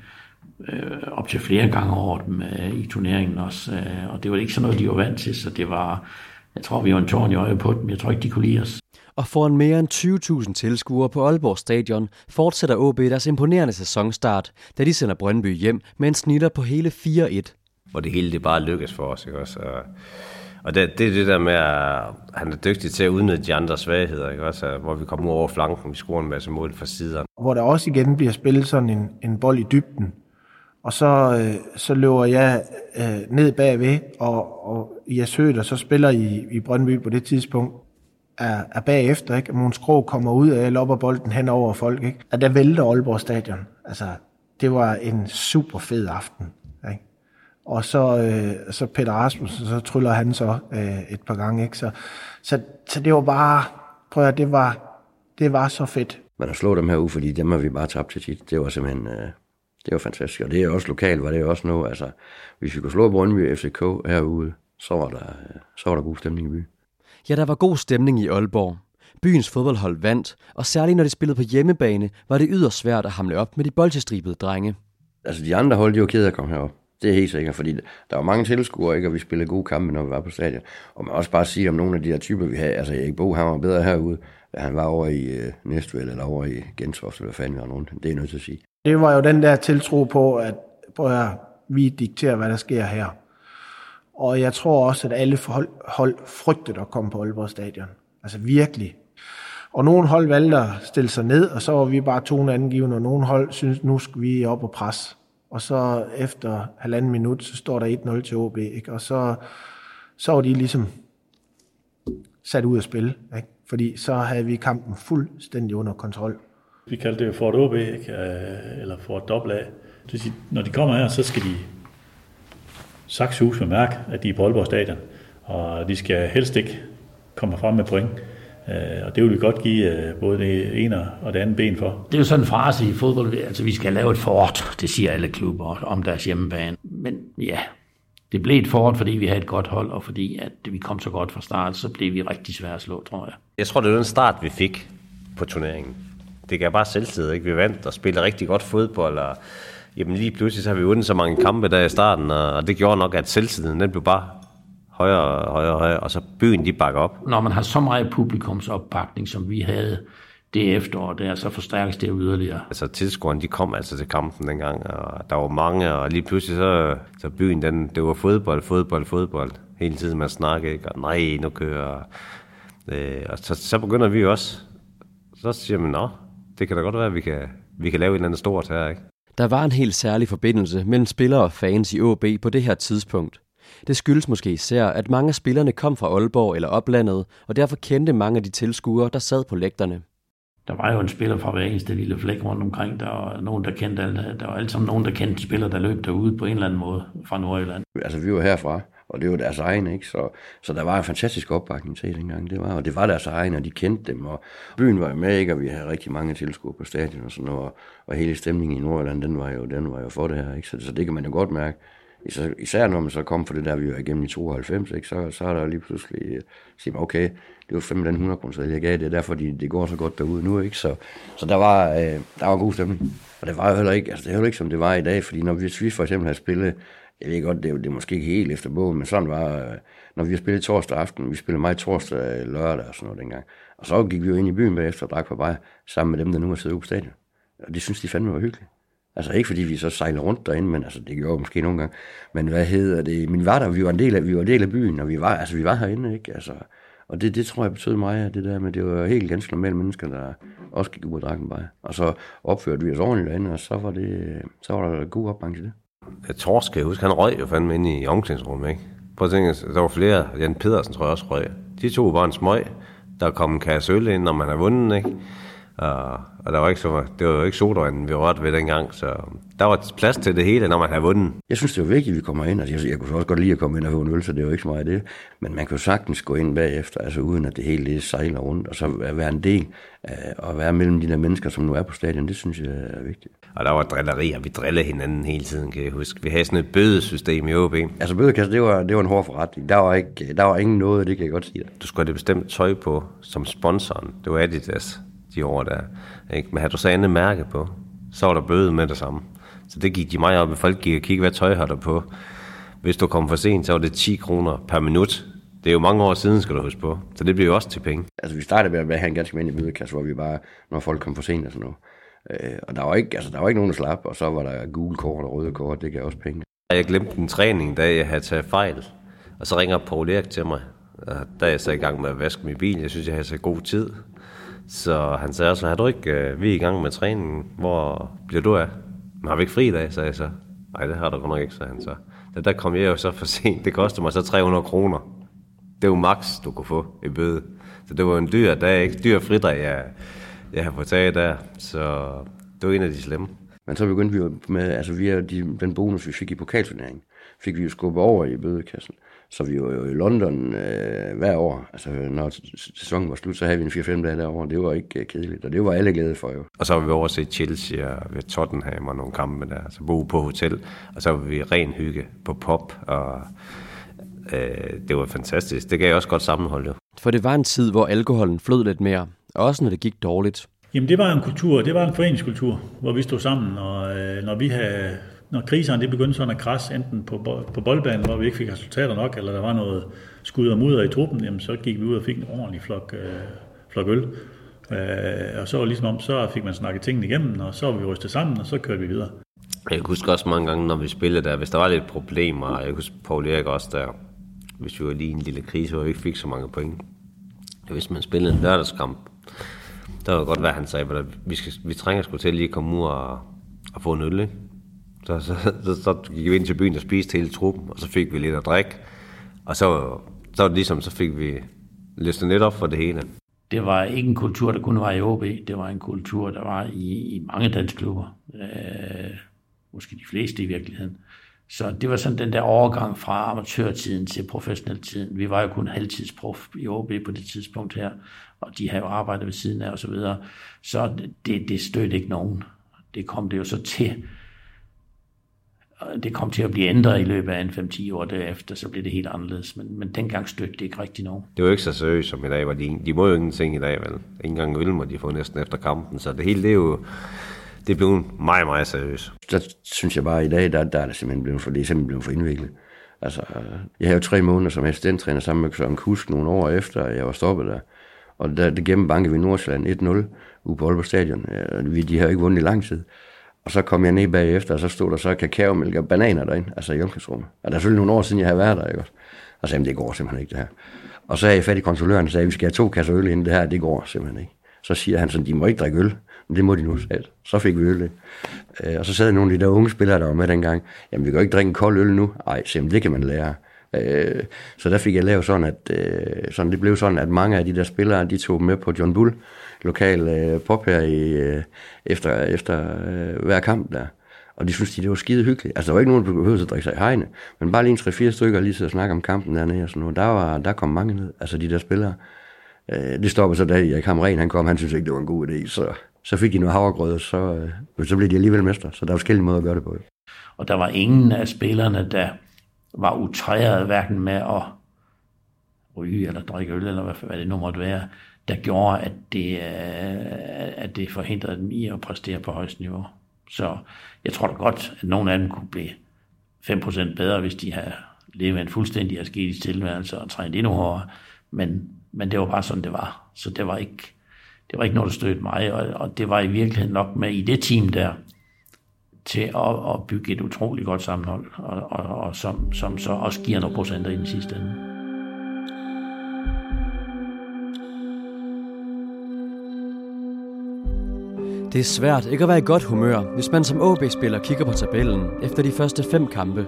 op til flere gange over dem i turneringen også. Og det var ikke sådan noget, de var vant til, så det var, jeg tror, vi var en tårn i øje på dem. Jeg tror ikke, de kunne lide os. Og foran mere end 20.000 tilskuere på Aalborg Stadion fortsætter OB deres imponerende sæsonstart, da de sender Brøndby hjem med en snitter på hele 4-1. Hvor det hele det bare lykkes for os, ikke også? Og det er det der med, at han er dygtig til at udnytte de andre svagheder, ikke også? Hvor vi kommer over flanken, vi scorer en masse mål fra siderne. Hvor der også igen bliver spillet sådan en bold i dybden. Og så løber jeg ned bagved, og Jes Høgh, der så spiller i Brøndby på det tidspunkt, er bagefter, ikke? Mogens Krogh kommer ud af, lopper bolden hen over folk, ikke? Og der vælter Aalborg Stadion. Altså, det var en super fed aften, ikke? Og så Peter Rasmussen, så tryller han så et par gange, ikke? Så det var bare, prøv at det var så fedt. Men at slå dem her ud, fordi dem har vi bare tabt til tit, det var simpelthen, det var fantastisk. Og det er også lokalt, var det også noget, altså, hvis vi kunne slå Brøndby FCK herude, så var der god stemning i byen. Ja, der var god stemning i Aalborg. Byens fodboldhold vandt, og særligt når de spillede på hjemmebane, var det yderst svært at hamle op med de bolchestribede drenge. Altså de andre hold, de var ked af at komme herop. Det er helt sikkert, fordi der var mange tilskuere, ikke, og vi spillede gode kampe, når vi var på stadion. Og man også bare sige om nogle af de der typer, vi havde. Altså Erik Bo, han var bedre herude, da han var over i Næstved eller over i Gentofte, eller hvad fanden vi var rundt. Det er nødt til at sige. Det var jo den der tiltro på, at vi dikterer, hvad der sker her. Og jeg tror også, at alle hold frygtede at komme på Aalborg Stadion. Altså virkelig. Og nogle hold valgte at stille sig ned, og så var vi bare toneangivende, og nogle hold synes nu skal vi op og presse. Og så efter 1,5 minut, så står der 1-0 til OB, ikke? Og så var de ligesom sat ud at spille, ikke? Fordi så havde vi kampen fuldstændig under kontrol. Vi kaldte det jo Fort OB, ikke? Eller Fort AA. Når de kommer her, så skal de saksehus med mærke, at de er på Aalborg Stadion, og de skal helst ikke komme frem med point. Og det vil vi godt give både det ene og det andet ben for. Det er jo sådan en frase i fodbold, altså vi skal lave et fort, det siger alle klubber om deres hjemmebane. Men ja, det blev et fort, fordi vi havde et godt hold, og fordi at vi kom så godt fra start, så blev vi rigtig svære at slå, tror jeg. Jeg tror, det var den start, vi fik på turneringen. Det gav bare selvtid, ikke? Vi vandt og spillede rigtig godt fodbold, og jamen lige pludselig så har vi vundet så mange kampe der i starten, og det gjorde nok, at selvtiden den blev bare højere, og så byen de bakker op. Når man har så meget publikumsopbakning, som vi havde det efterår der, så forstærkes det yderligere. Altså tilskuerne, de kom altså til kampen dengang, og der var mange, og lige pludselig så byen, det var fodbold, hele tiden man snakkede, ikke? Og nej, nu kører. Og så begynder vi også, så siger man, nå, det kan da godt være, at vi kan lave et eller andet stort her, ikke? Der var en helt særlig forbindelse mellem spillere og fans i OB på det her tidspunkt. Det skyldes måske især, at mange af spillerne kom fra Aalborg eller oplandet, og derfor kendte mange af de tilskuere, der sad på lægterne. Der var jo en spiller fra hver eneste lille flæk rundt omkring. Der var nogen, der kendte alle. Der var alle sammen nogen, der kendte spillere, der løb derude på en eller anden måde fra Nordjylland. Altså vi var herfra, og det var deres egen, ikke? Så der var en fantastisk opbakning til dengang. Det var deres egen, og de kendte dem, og byen var jo med, ikke? Og vi havde rigtig mange tilskuere på stadion og sådan noget, og hele stemningen i Nordjylland, den var jo for det her, ikke? Så det kan man jo godt mærke. Især når man så kom for det der, vi var igennem i 92, ikke? Så er der lige pludselig sige, okay, det var 500 kroner, jeg gav det, derfor det går så godt derude nu, ikke? Så der var god stemning. Og det var jo heller ikke, altså det er heller ikke som det var i dag, fordi hvis vi for eksempel havde spillet, jeg ved godt, det er måske ikke helt efter bogen, men sådan var, når vi har spillet torsdag aften, vi spillede meget torsdag, lørdag og sådan noget dengang, og så gik vi jo ind i byen bagefter og drak på bajer sammen med dem, der nu har siddet ude på stadion. Og det synes de fandme var hyggeligt. Altså ikke fordi vi så sejler rundt derinde, men altså det gjorde måske nogle gange. Men hvad hedder det? Men vi var der, vi var en del af byen, og vi var herinde, ikke? Altså, Og det tror jeg betød mig, at det der med, det var helt ganske normale mennesker, der også gik ud og drak en bajer. Og så opførte vi os ordentligt derinde, og så var der god opbang til det. Torsk, kan jeg huske, han røg jo fandme inde i omklædningsrummet, ikke? Prøv at tænke, der var flere, Jan Pedersen tror jeg også røg. De tog bare en smøg, der kom en kasse øl ind, når man har vundet, ikke? Og der var ikke det var jo ikke sodavand, vi rørte ved dengang, så der var plads til det hele, når man havde vundet. Jeg synes, det var vigtigt, at vi kommer ind. Altså, jeg kunne også godt lide at komme ind og få en øl, så det var ikke så meget det. Men man kan jo sagtens gå ind bagefter, altså uden at det hele det sejler rundt, og så være en del og være mellem de der mennesker, som nu er på stadion. Det synes jeg er vigtigt. Og der var drillerier, vi drillede hinanden hele tiden, kan jeg huske. Vi havde sådan et bødesystem i OB. Altså bødekasse, det var en hård forretning. Der var ingen noget, det kan jeg godt sige dig. Du skulle have det bestemt tøj på som sponsoren. Det var Adidas de år der. Ikke? Men havde du så andet mærke på, så var der bøde med det samme. Så det gik de meget op, at folk gik og kiggede, hvad tøj har der på. Hvis du kom for sent, så var det 10 kroner per minut. Det er jo mange år siden, skal du huske på. Så det bliver jo også til penge. Altså vi startede med at have en ganske almindelig bødekasse, hvor vi bare, når folk kom for sent og sådan noget. Og der var ikke nogen, der slap, og så var der gule kort og røde kort, det gav også penge. Jeg glemte en træning, da jeg havde taget fejl, og så ringer Poul Erik til mig. Da jeg så i gang med at vaske min bil, jeg synes, jeg havde så god tid. Så han sagde også, har du ikke, vi er i gang med træningen, hvor bliver du af? Men har vi ikke fri i dag, sagde jeg så. Nej, det har du godt nok ikke, sagde han så. Der kom jeg jo så for sent, det kostede mig så 300 kroner. Det var maks, du kunne få i bøde. Så det var en dyr dag, ikke? Dyr fridag, jeg har fået taget der, så det var en af de slemme. Men så begyndte vi jo med, altså den bonus, vi fik i pokalturneringen, fik vi jo skubbet over i bødekassen. Så vi var jo i London hver år. Altså når sæsonen var slut, så havde vi en 4-5 dage derovre. Det var ikke kedeligt, og det var alle glade for jo. Og så var vi over til Chelsea og ved Tottenham og nogle kampe der. Så boede på hotel, og så var vi ren hygge på pop, og det var fantastisk. Det gav også godt sammenhold jo. For det var en tid, hvor alkoholen flød lidt mere, også når det gik dårligt. Jamen det var en kultur, det var en foreningskultur, hvor vi stod sammen, og når kriserne det begyndte sådan at krasse, enten på boldbanen, hvor vi ikke fik resultater nok, eller der var noget skud og mudder i truppen, jamen så gik vi ud og fik en ordentlig flok øl. Og så var ligesom om, så fik man snakket tingene igennem, og så var vi rystet sammen, og så kørte vi videre. Jeg husker også mange gange, når vi spillede der, hvis der var lidt problemer, jeg husker Poul Erik også der, hvis vi var lige en lille krise, hvor vi ikke fik så mange point. Hvis man spillede en lørdagskamp, der var godt være, han sagde, at vi trænger sgu til lige at komme ud og få en øl, ikke? Så gik vi ind til byen og spiste hele truppen, og så fik vi lidt at drikke. Og så var det ligesom, så fik vi listet lidt op for det hele. Det var ikke en kultur, der kun var i OB. Det var en kultur, der var i mange danske klubber. Måske de fleste i virkeligheden. Så det var sådan den der overgang fra amatørtiden til professioneltiden. Vi var jo kun halvtidsprof i OB på det tidspunkt her, og de havde jo arbejdet ved siden af og så videre. Så det stødte ikke nogen. Det kom det jo så til. Det kom til at blive ændret i løbet af en 5-10 år derefter, så blev det helt anderledes. Men dengang stødte det ikke rigtig nogen. Det var ikke så seriøst som i dag, hvor de må jo ingenting i dag, vel? Ingen gang vil må de få næsten efter kampen, så det hele det blev meget, meget seriøst. Der synes jeg bare i dag, der er det simpelthen blevet for indviklet. Altså, jeg havde jo 3 måneder som assistenttræner sammen med Søren Kusk nogle år efter, jeg var stoppet der. Og det gennembankede vi Nordsjælland 1-0 ude på Aalborg Stadion. De har ikke vundet i lang tid. Og så kom jeg ned bagefter, og så stod der så kakaomælk og bananer derinde, altså i omklædningsrummet. Og der er selvfølgelig nogle år siden, jeg havde været der, ikke også? Og så sagde det går simpelthen ikke det her. Og så havde jeg fat i kontrolløren og sagde, at vi skal have 2 kasser øl inden det her, det går simpelthen ikke. Så siger han sådan, de må ikke drikke øl. Men det må de nu selv. Så fik vi øl det. Og så sad nogle af de der unge spillere, der var med dengang. Jamen, vi kan jo ikke drikke en kold øl nu. Ej, simpelthen, det kan man lære. Så der fik jeg lavet sådan, at det blev sådan, at mange af de der spillere, de tog med på John Bull, lokal pop her efter hver kamp der. Og de synes, det var skide hyggeligt. Altså, der var ikke nogen, der behøvede at drikke sig i hegnet, men bare lige en 3-4 stykker lige så snakke om kampen dernede og sådan noget. Der kom mange ned, altså de der spillere. Det stoppede så, da Erik Hamren han kom, han synes ikke, det var en god idé, så fik de noget havregrød, så blev de alligevel mestre, så der var forskellige måder at gøre det på. Og der var ingen af spillerne, der var utræret hverken med at ryge eller drikke øl, eller hvad det nu måtte være, der gjorde, at det forhindrede dem i at præstere på højst niveau. Så jeg tror da godt, at nogle af dem kunne blive 5% bedre, hvis de havde levet en fuldstændig asketisk tilværelse og trænet endnu hårdere, men det var bare sådan, det var. Så det var ikke noget, der stødte mig, og det var i virkeligheden nok med i det team der, til at bygge et utroligt godt sammenhold, og som så også giver nogle procenter i den sidste ende. Det er svært ikke at være i godt humør, hvis man som OB-spiller kigger på tabellen efter de første 5 kampe.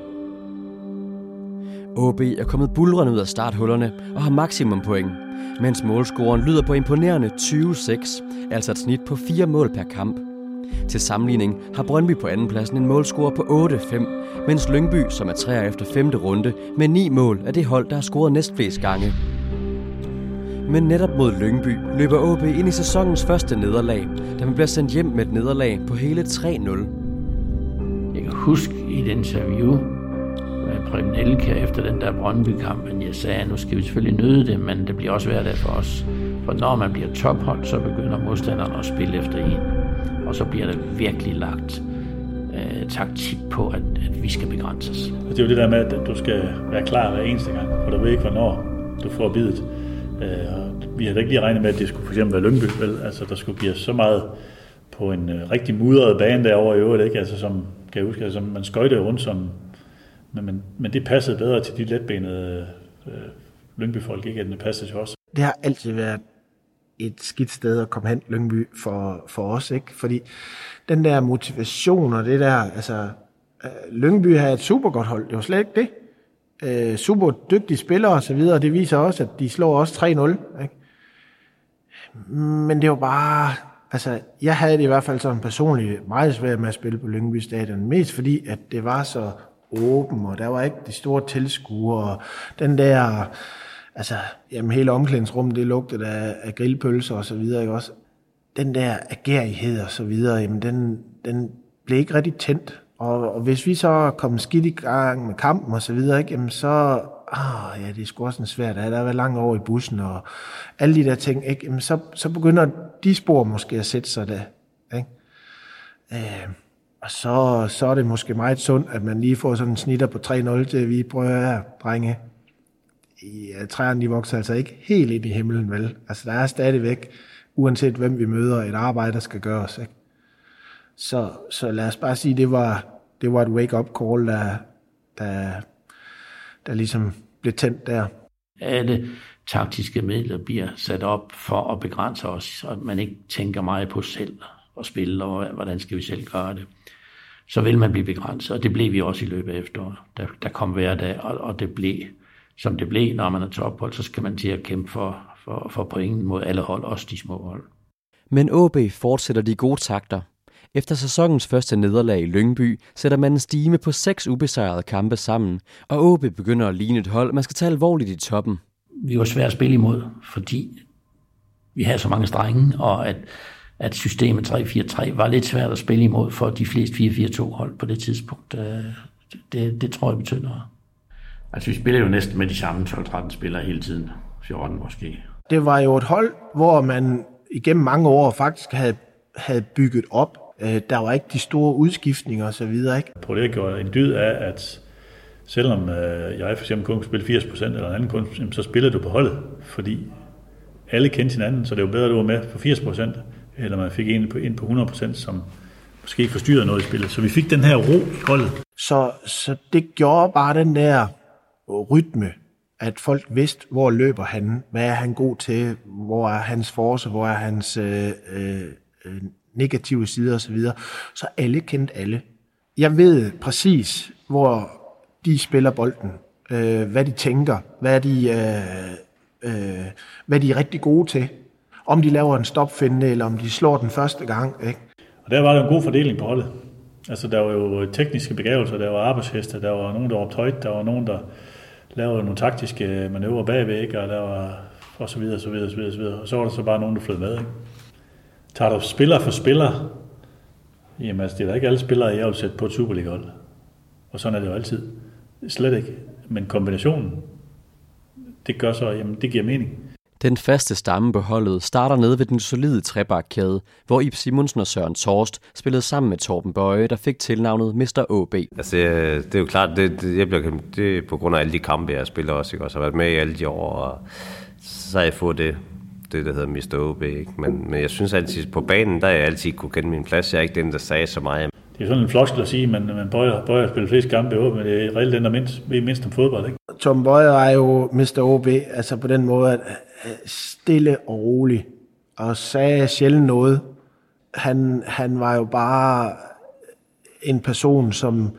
OB er kommet buldrende ud af starthullerne og har maksimum point, mens målscoren lyder på imponerende 20-6, altså et snit på 4 mål per kamp. Til sammenligning har Brøndby på andenpladsen en målscore på 8-5, mens Lyngby, som er 3'er efter 5. runde, med 9 mål er det hold, der har scoret næstflest gange. Men netop mod Lyngby løber OB ind i sæsonens første nederlag, da man bliver sendt hjem med et nederlag på hele 3-0. Jeg kan huske i et interview med Preben Elkjær efter den der Brøndby-kampen, jeg sagde, at nu skal vi selvfølgelig nyde det, men det bliver også hverdag for os. For når man bliver tophold, så begynder modstanderne at spille efter en. Og så bliver der virkelig lagt taktik på, at vi skal begrænses. Det er jo det der med, at du skal være klar hver eneste gang, for du ved ikke, hvornår du får bidet. Vi havde ikke lige regnet med, at det skulle for eksempel være Lyngby, vel? Altså, der skulle give så meget på en rigtig mudret bane derovre i øvrigt, ikke? Altså, som, kan jeg huske, altså, man skøjtede rundt som... Men det passede bedre til de letbenede Lyngby-folk, ikke? End det passede til os. Det har altid været et skidt sted at komme hen, Lyngby, for os, ikke? Fordi den der motivation og det der, altså, Lyngby har et super godt hold, det var slet ikke det. Super dygtige spillere og så videre, det viser også, at de slår også 3-0, ikke? Men det var bare, altså, jeg havde det i hvert fald sådan personligt meget svært med at spille på Lyngby Stadion, mest fordi, at det var så åben, og der var ikke de store tilskuere, og den der, altså, jamen hele omklædningsrummet, det lugtede af grillpølser og så videre, ikke også? Den der agerighed og så videre, jamen den blev ikke rigtig tændt. Og hvis vi så kom skidt i gang med kampen og så videre, ikke, jamen så, ja, det er sgu også svært, der har været langt over i bussen og alle de der ting, ikke, jamen så begynder de spor måske at sætte sig der, ikke? Og så er det måske meget sundt, at man lige får sådan en snitter på 3-0 til, vi prøver her, drenge. Træerne, de vokser altså ikke helt ind i himlen, vel? Altså, der er stadigvæk, uanset hvem vi møder, et arbejde, der skal gøres, ikke? Så lad os bare sige, det var et wake-up call, der ligesom blev tændt der. Alle taktiske midler bliver sat op for at begrænse os, så man ikke tænker meget på selv at spille, og hvordan skal vi selv gøre det. Så vil man blive begrænset, og det blev vi også i løbet af efteråret. Der kom hverdag, og det blev, som det blev, når man er tophold, så skal man til at kæmpe for pointen mod alle hold, også de små hold. Men OB fortsætter de gode takter. Efter sæsonens første nederlag i Lyngby sætter man en stime på 6 ubesejrede kampe sammen, og OB begynder at ligne et hold, man skal tage alvorligt i toppen. Vi var svært at spille imod, fordi vi havde så mange strenge, og at systemet 3-4-3 var lidt svært at spille imod for de fleste 4-4-2 hold på det tidspunkt. Det tror jeg betød noget. Altså vi spiller jo næsten med de samme 12-13 spillere hele tiden. 14 måske. Det var jo et hold, hvor man igennem mange år faktisk havde bygget op. Der var ikke de store udskiftninger og så videre, ikke? På det gjorde en dyd af, at selvom jeg for eksempel kun kunne spille 80% eller en anden kun, så spillede du på holdet, fordi alle kendte hinanden, så det var bedre, at du var med på 80%, eller man fik en på 100%, som måske forstyrrede noget i spillet. Så vi fik den her ro i holdet. Så det gjorde bare den der rytme, at folk vidste, hvor løber han, hvad er han god til, hvor er hans force, hvor er hans negative sider og så videre. Så alle kendte alle. Jeg ved præcis, hvor de spiller bolden, hvad de tænker, hvad de er rigtig gode til. Om de laver en stopfinde, eller om de slår den første gang, ikke? Og der var der en god fordeling på holdet. Altså, der var jo tekniske begavelser, der var arbejdsheste, der var nogen, der råbte højt, der var nogen, der lavede nogle taktiske manøvrer bagved, ikke? Og der var og så videre, så videre, så videre, så videre. Og så var der så bare nogen, der flød med, ikke? Tager du spiller for spiller, jamen altså, det er da ikke alle spillere, jeg vil sætte på et Superliga-hold. Og sådan er det jo altid. Slet ikke. Men kombinationen, det gør så, jamen det giver mening. Den faste stamme på holdet starter nede ved den solide trebakkæde, hvor Ib Simonsen og Søren Torst spillede sammen med Torben Bøje, der fik tilnavnet Mr. OB. Altså, det er jo klart, det er på grund af alle de kampe, jeg spiller også, ikke? Og så har været med i alle de år, og så har jeg fået det der hedder Mr. OB, ikke? Men jeg synes altid, på banen, der er jeg altid kunne kende min plads. Jeg er ikke den, der sagde så meget. Det er sådan en floskel at sige, men Bøje har spillet flest kampe i OB, men det er reelt den, der ved mindst om fodbold, ikke? Tom Bøje er jo Mr. OB, altså på den måde, at stille og rolig, og sagde sjældent noget. han var jo bare en person,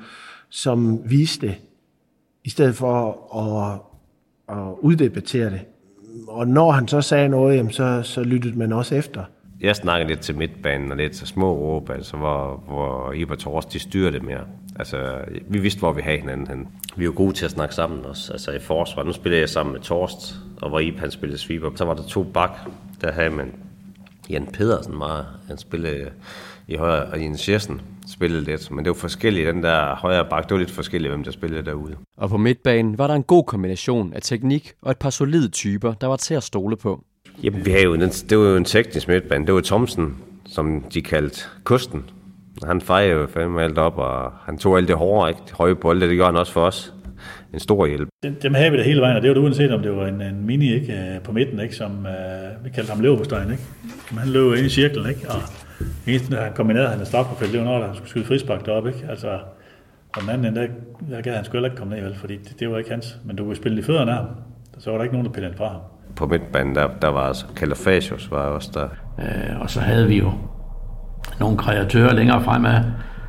som viste, i stedet for at uddebattere det. Og når han så sagde noget, jamen, så lyttede man også efter. Jeg snakkede lidt til midtbanen og lidt til små råb, altså hvor Ib og Torst, de styrede det mere. Altså, vi vidste, hvor vi havde hinanden. Vi var gode til at snakke sammen også. Altså i forsvar, nu spillede jeg sammen med Torst, og hvor Ib han spillede sweeper. Så var der 2 bak, der havde man Jan Pedersen meget. Han spillede i højre, og Jens Jessen spillede lidt. Men det var forskelligt, den der højre bak, det var lidt forskelligt, hvem der spillede derude. Og på midtbanen var der en god kombination af teknik og et par solide typer, der var til at stole på. Jamen, det var jo en teknisk midtbane. Det var Thomsen, som de kaldte Kusten. Han fejede jo fandme alt op, og han tog alt det hårde, ikke? Høje bolde, det gjorde han også for os. En stor hjælp. Dem havde vi da hele vejen, og det var det uanset om det var en mini, ikke, på midten, ikke, som vi kaldte ham leverpostejn, ikke. Han løb ind i cirklen, ikke, og eneste, når han kom i ned, han er start på felt, det var når han skulle skyde frispark deroppe, ikke. Altså, og den anden der gad han skulle heller ikke komme ned, vel, fordi det var ikke hans. Men du kunne spille i fødderne af ham, så var der ikke nogen, der pillede fra ham. På midtbanen, der var altså Kalafasius var også der. Og så havde vi jo nogle kreatører længere fremad.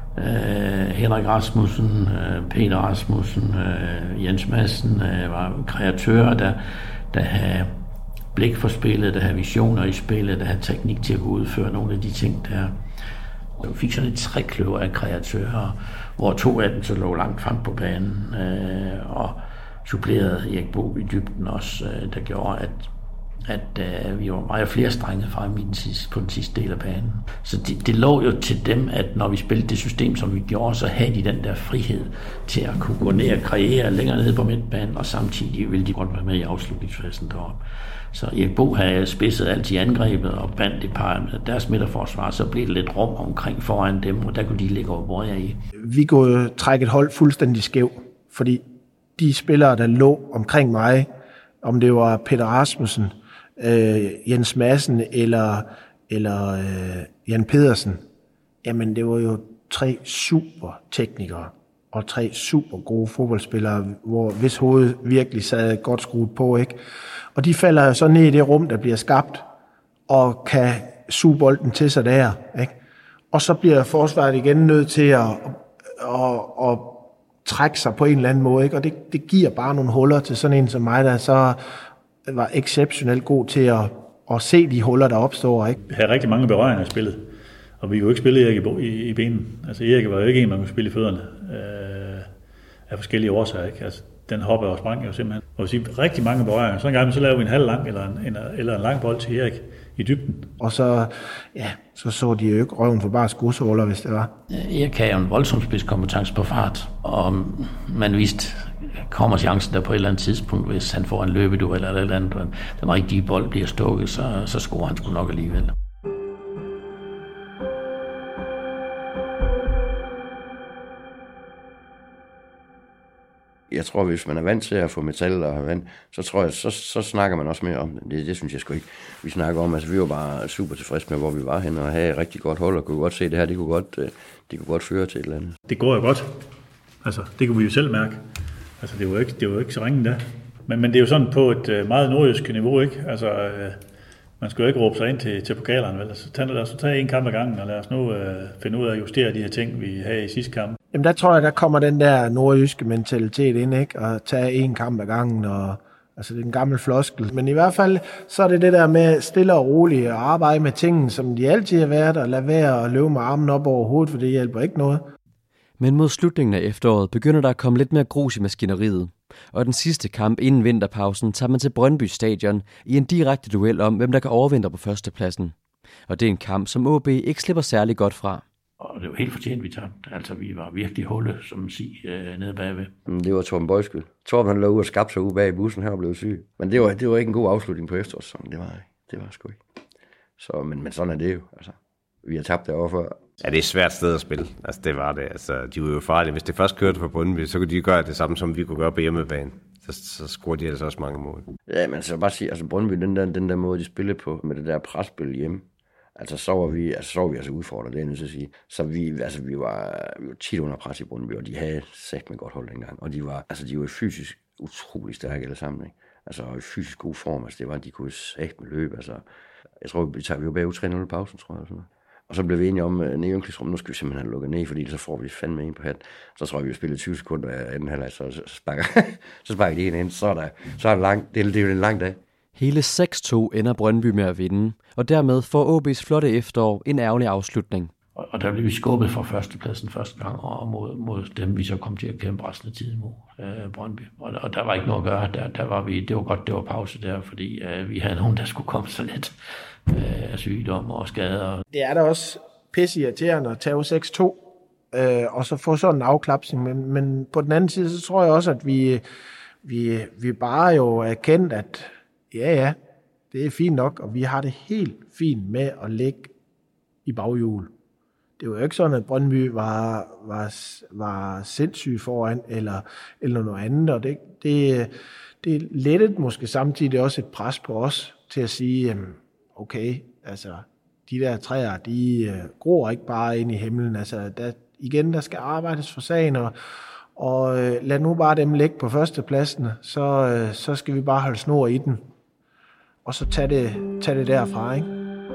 Henrik Rasmussen, Peter Rasmussen, Jens Madsen var kreatører, der havde blik for spillet, der havde visioner i spillet, der havde teknik til at kunne udføre nogle af de ting der. Vi fik sådan et trekløver af kreatører, hvor 2 af dem så lå langt frem på banen, og supplerede Erik Bo i dybden også, der gjorde, at vi var meget flere strenge frem på den sidste del af banen. Så det lå jo til dem, at når vi spillede det system, som vi gjorde, så havde de den der frihed til at kunne gå ned og kreere længere ned på midtbanen, og samtidig ville de godt være med i afslutningsfasen deroppe. Så Erik Bo havde spidset alt i angrebet og bandt et par af deres midterforsvar, så blev det lidt rum omkring foran dem, og der kunne de ligge og bøje i. Vi kunne trække et hold fuldstændig skæv, fordi de spillere, der lå omkring mig, om det var Peter Rasmussen, Jens Madsen eller Jan Pedersen, jamen det var jo 3 super teknikere og 3 super gode fodboldspillere, hvis hoved virkelig sad godt skruet på, ikke? Og de falder jo så ned i det rum, der bliver skabt, og kan suge bolden til sig der, ikke? Og så bliver forsvaret igen nødt til at trække sig på en eller anden måde, ikke? Og det giver bare nogle huller til sådan en som mig, der så var exceptionelt god til at se de huller, der opstår, ikke? Vi havde rigtig mange berøringer i spillet, og vi kunne ikke spille Erik i benen. Altså Erik var jo ikke en, man kunne spille i fødderne af forskellige årsager, ikke? Altså den hoppede og sprang jo simpelthen. Og sige, rigtig mange berøringer. Så en gang så lavede vi en halv lang eller en lang bold til Erik i dybden. Og så de jo ikke røven for bare skudshuller, hvis det var. Erik havde jo en voldsom spidskompetence på fart, og man vidste, kommer chancen der på et eller andet tidspunkt, hvis han får en løbeduel eller et eller andet, den rigtige bold bliver stukket, så scorer han sgu nok alligevel. Jeg tror, hvis man er vant til at få metal og have vand, så tror jeg, så snakker man også mere om det. Det synes jeg sgu ikke. Vi snakker om, altså vi var bare super tilfredse med, hvor vi var henne, og havde et rigtig godt hold, og kunne godt se det her, det kunne godt føre til et eller andet. Det går jo godt. Altså, det kunne vi jo selv mærke. Altså, det var jo ikke så ringe da. Men det er jo sådan på et meget nordjysk niveau, ikke? Altså, man skal jo ikke råbe sig ind til pokalerne, vel? Altså, lad os tage en kamp ad gangen, og lad os nu finde ud af at justere de her ting, vi havde i sidste kamp. Jamen der tror jeg, der kommer den der nordjyske mentalitet ind, ikke? Og tage en kamp ad gangen, og altså det er en gammel floskel. Men i hvert fald, så er det der med stille og roligt at arbejde med tingene, som de altid har været, og lade være at løbe med armen op over hovedet, for det hjælper ikke noget. Men mod slutningen af efteråret begynder der at komme lidt mere grus i maskineriet. Og den sidste kamp inden vinterpausen tager man til Brøndby Stadion i en direkte duel om, hvem der kan overvintre på førstepladsen. Og det er en kamp, som OB ikke slipper særlig godt fra. Og det var helt fortjent, vi tabte. Altså, vi var virkelig hullet, som man siger, nede bagved. Det var Torben Bøjskyld. Torben han lå ud og skabte sig ude bag i bussen her og blev syg. Men det var ikke en god afslutning på efterårssæsonen. Det var sgu ikke. Så, men sådan er det jo. Altså, vi har tabt derovre før. Ja, det er et svært sted at spille. Altså, det var det. Altså, de var jo farlige. Hvis det først kørte på Brøndby, så kunne de gøre det samme, som vi kunne gøre på hjemmebane. Så scorede de altså også mange mål. Ja, men så bare sige, altså Brøndby, den der måde, de spillede på med det der presspil hjemme, altså så var vi udfordret, det er jeg nødt til at sige. Så vi var tit under pres i Brøndby, og de havde sagt med godt hold dengang. Og de var jo fysisk utrolig stærke alle sammen, ikke? Altså i fysisk god form, altså det var, at de kunne sagt med løb, altså. Jeg tror, vi var bagud 3-0 i pausen, tror jeg. Sådan. Og så blev vi enige om, nede i omklædningsrummet, nu skal vi simpelthen have lukket ned, fordi så får vi fandme en på hat. Så tror jeg, vi spillede 20 sekunder af anden halvleg, så sparker de en ind. Så er det er jo en lang dag. Hele 6-2 ender Brøndby med at vinde, og dermed får AaB's flotte efterår en ærgerlig afslutning. Og der blev vi skubbet fra førstepladsen første gang, og mod dem, vi så kom til at kæmpe resten af tiden mod Brøndby. Og der var ikke noget at gøre. Der var vi, det var godt, det var pause der, fordi vi havde nogen, der skulle komme så let af sygdom og skader. Det er da også pisse irriterende at tage 6-2, og så få sådan en afklapsning. Men på den anden side, så tror jeg også, at vi bare jo erkendt, at ja, det er fint nok, og vi har det helt fint med at ligge i baghjul. Det var jo ikke sådan, at Brøndby var sindssyg foran, eller noget andet, og det lettede måske samtidig også et pres på os til at sige, okay, altså de der træer, de gror ikke bare ind i himlen, altså der skal arbejdes for sagen, og lad nu bare dem ligge på førstepladsen, så skal vi bare holde snor i den, og så tage det derfra, ikke?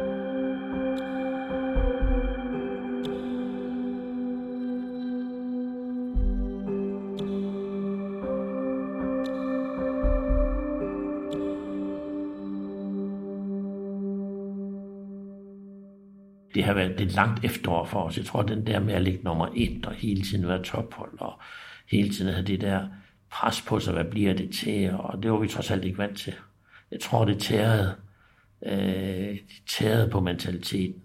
Det har været et langt efterår for os. Jeg tror, den der med at ligge nummer 1 og hele tiden være tophold og hele tiden have det der pres på sig, hvad bliver det til, og det var vi trods alt ikke vant til. Jeg tror, det tærede på mentaliteten,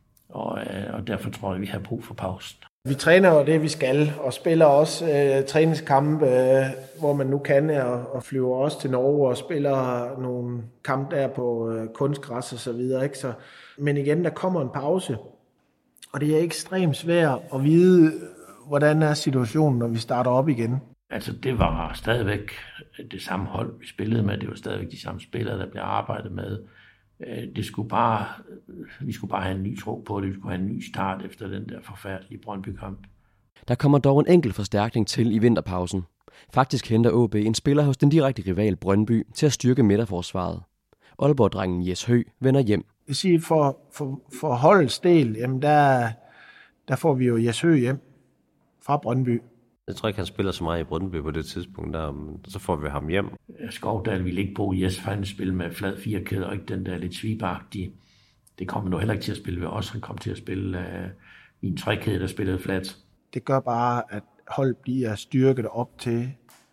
og derfor tror jeg, vi har brug for pausen. Vi træner jo det, vi skal, og spiller også træningskampe, hvor man nu kan, og flyver også til Norge og spiller nogle kampe der på kunstgræs og så videre, ikke? Men igen, der kommer en pause, og det er ekstremt svært at vide, hvordan er situationen, når vi starter op igen. Altså, det var stadigvæk det samme hold, vi spillede med. Det var stadigvæk de samme spillere, der blev arbejdet med. Vi skulle bare have en ny tro på det. Vi skulle have en ny start efter den der forfærdelige Brøndby-kamp. Der kommer dog en enkelt forstærkning til i vinterpausen. Faktisk henter AaB en spiller hos den direkte rival Brøndby til at styrke midterforsvaret. Aalborg-drengen Jes Høgh vender hjem. Jeg siger, for holdets del, jamen der får vi jo Jes Høgh hjem fra Brøndby. Jeg tror ikke, han spiller så meget i Brøndby på det tidspunkt, så får vi ham hjem. Skovdal ville ikke bruge Jes, for han spille med flad firekæde, og ikke den der lidt svibagtige. Det kommer nu heller ikke til at spille ved os. Han kom til at spille i en trekæde, der spillede flat. Det gør bare, at hold bliver styrket op til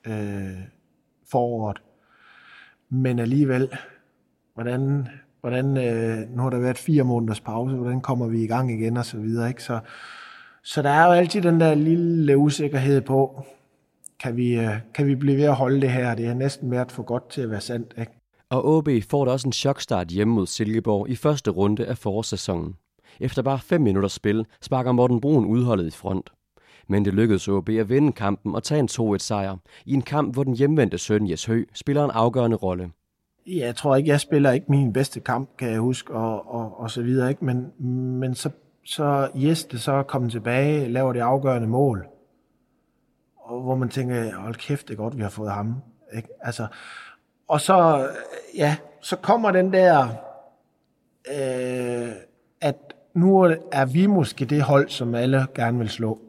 foråret. Men alligevel, hvordan nu har der været 4 måneders pause, hvordan kommer vi i gang igen og så videre, ikke? Så der er jo altid den der lille usikkerhed på, kan vi blive ved at holde det her? Det er næsten været for godt til at være sandt, ikke? Og AaB får da også en chokstart hjemme mod Silkeborg i første runde af forårssæsonen. Efter bare 5 minutters spil sparker Morten Bruun udholdet i front. Men det lykkedes AaB at vinde kampen og tage en 2-1-sejr i en kamp, hvor den hjemvendte søn Jes Høgh spiller en afgørende rolle. Jeg tror ikke, jeg spiller ikke min bedste kamp, kan jeg huske, og så videre, ikke? Men så Jes, det så kommer tilbage, laver det afgørende mål, og hvor man tænker, hold kæft, det er godt, vi har fået ham, ikke? Altså, og så, ja, så kommer den der, at nu er vi måske det hold, som alle gerne vil slå.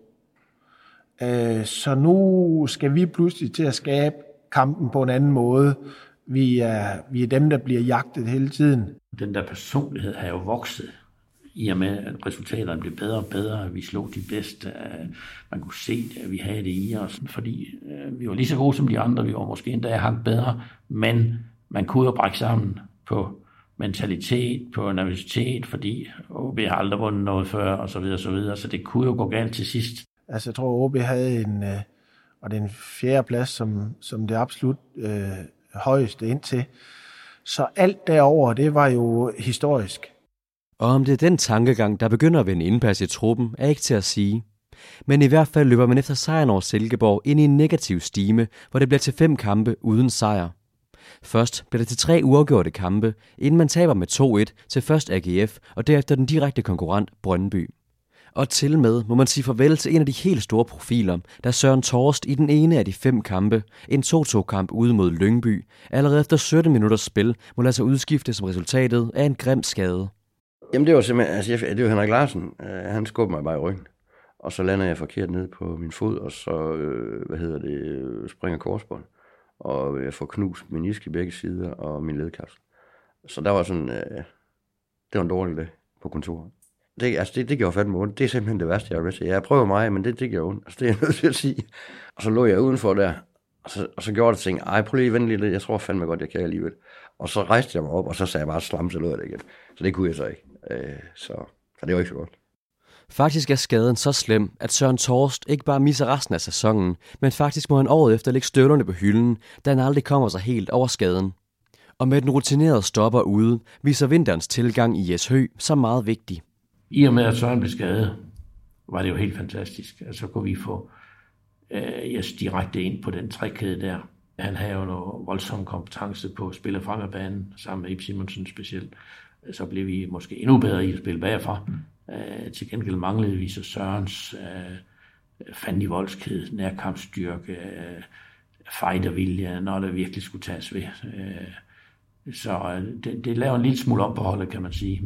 Så nu skal vi pludselig til at skabe kampen på en anden måde. Vi er dem, der bliver jagtet hele tiden. Den der personlighed har jo vokset, i og med, at resultaterne blev bedre og bedre, at vi slog de bedste. Man kunne se, at vi havde det i os, fordi vi var lige så gode som de andre. Vi var måske endda hakket bedre, men man kunne jo brække sammen på mentalitet, på nervøsitet, fordi AaB har aldrig vundet noget før, og så videre, så videre. Så det kunne jo gå galt til sidst. Altså, jeg tror, AaB havde en 4. plads, som det absolut højeste indtil. Så alt derover, det var jo historisk. Og om det er den tankegang, der begynder at vende indpas i truppen, er ikke til at sige. Men i hvert fald løber man efter sejren over Silkeborg ind i en negativ stime, hvor det bliver til 5 kampe uden sejr. Først bliver det til 3 uafgjorte kampe, inden man taber med 2-1 til først AGF og derefter den direkte konkurrent Brøndby. Og til med må man sige farvel til en af de helt store profiler, da Søren Torst i den ene af de 5 kampe, en 2-2-kamp ude mod Lyngby, allerede efter 17 minutters spil må lade sig udskifte som resultatet af en grim skade. Jamen det var simpelthen, altså det var Henrik Larsen, han skubbede mig bare i ryggen. Og så lander jeg forkert ned på min fod, og så, springer korsbånd. Og jeg får knust menisk i begge sider, og min ledkapsel. Så der var sådan, det var en dårlig dag på kontoret. Det gjorde fandme ondt. Det er simpelthen det værste, jeg har været til. Jeg prøver mig, men det gjorde ondt. Altså, det er jeg nødt til at sige. Og så lå jeg udenfor der, og så gjorde det ting. Prøv lige at vente lidt. Jeg tror fandme godt, jeg kan alligevel. Og så rejste jeg mig op, og så sagde jeg bare slam, så lå jeg det igen. Så det kunne jeg så ikke. Så det var ikke så godt. Faktisk er skaden så slem, at Søren Torst ikke bare misser resten af sæsonen, men faktisk må han året efter lægge støvlerne på hylden, da han aldrig kommer sig helt over skaden. Og med den rutinerede stopper ude, viser vinterens tilgang i Jes Høgh så meget vigtig. I og med, at Søren blev skadet, var det jo helt fantastisk. Altså, så kunne vi få Jes direkte ind på den trækæde der. Han havde jo noget voldsom kompetence på at spille frem af banen, sammen med Ib Simonsen specielt. Så blev vi måske endnu bedre i at spille bagfra. Til gengæld manglede vi så Sørens fandenivoldskhed, nærkampsstyrke, fightervilje, når der virkelig skulle tages ved. Så det laver en lille smule op på holdet, kan man sige,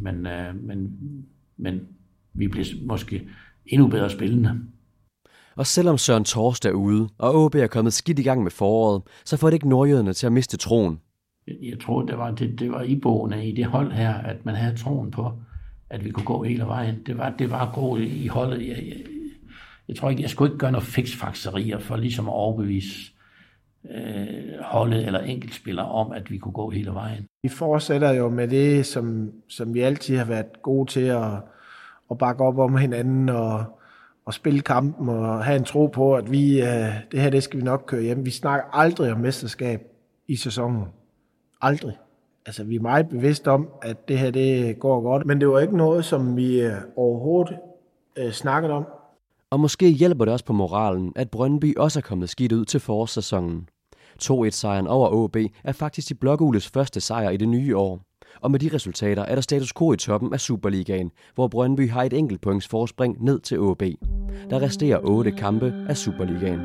men vi blev måske endnu bedre spillende. Og selvom Søren Torst er ude, og OB er kommet skidt i gang med foråret, så får det ikke nordjyderne til at miste troen. Jeg tror, det var iboende i det hold her, at man havde troen på, at vi kunne gå hele vejen. Det var at gå i holdet. Jeg tror ikke, jeg skulle ikke gøre noget fiksfakserier for ligesom at overbevise holdet eller enkeltspillere om, at vi kunne gå hele vejen. Vi fortsætter jo med det, som vi altid har været gode til at bakke op om hinanden og spille kampen og have en tro på, at det her det skal vi nok køre hjem. Vi snakker aldrig om mesterskab i sæsonen. Aldrig. Altså, vi er meget bevidste om, at det her det går godt, men det var ikke noget, som vi overhovedet snakkede om. Og måske hjælper det også på moralen, at Brøndby også er kommet skidt ud til forårssæsonen. 2-1-sejren over OB er faktisk de blågugles første sejr i det nye år. Og med de resultater er der status quo i toppen af Superligaen, hvor Brøndby har et enkelt points forspring ned til OB. Der resterer 8 kampe af Superligaen.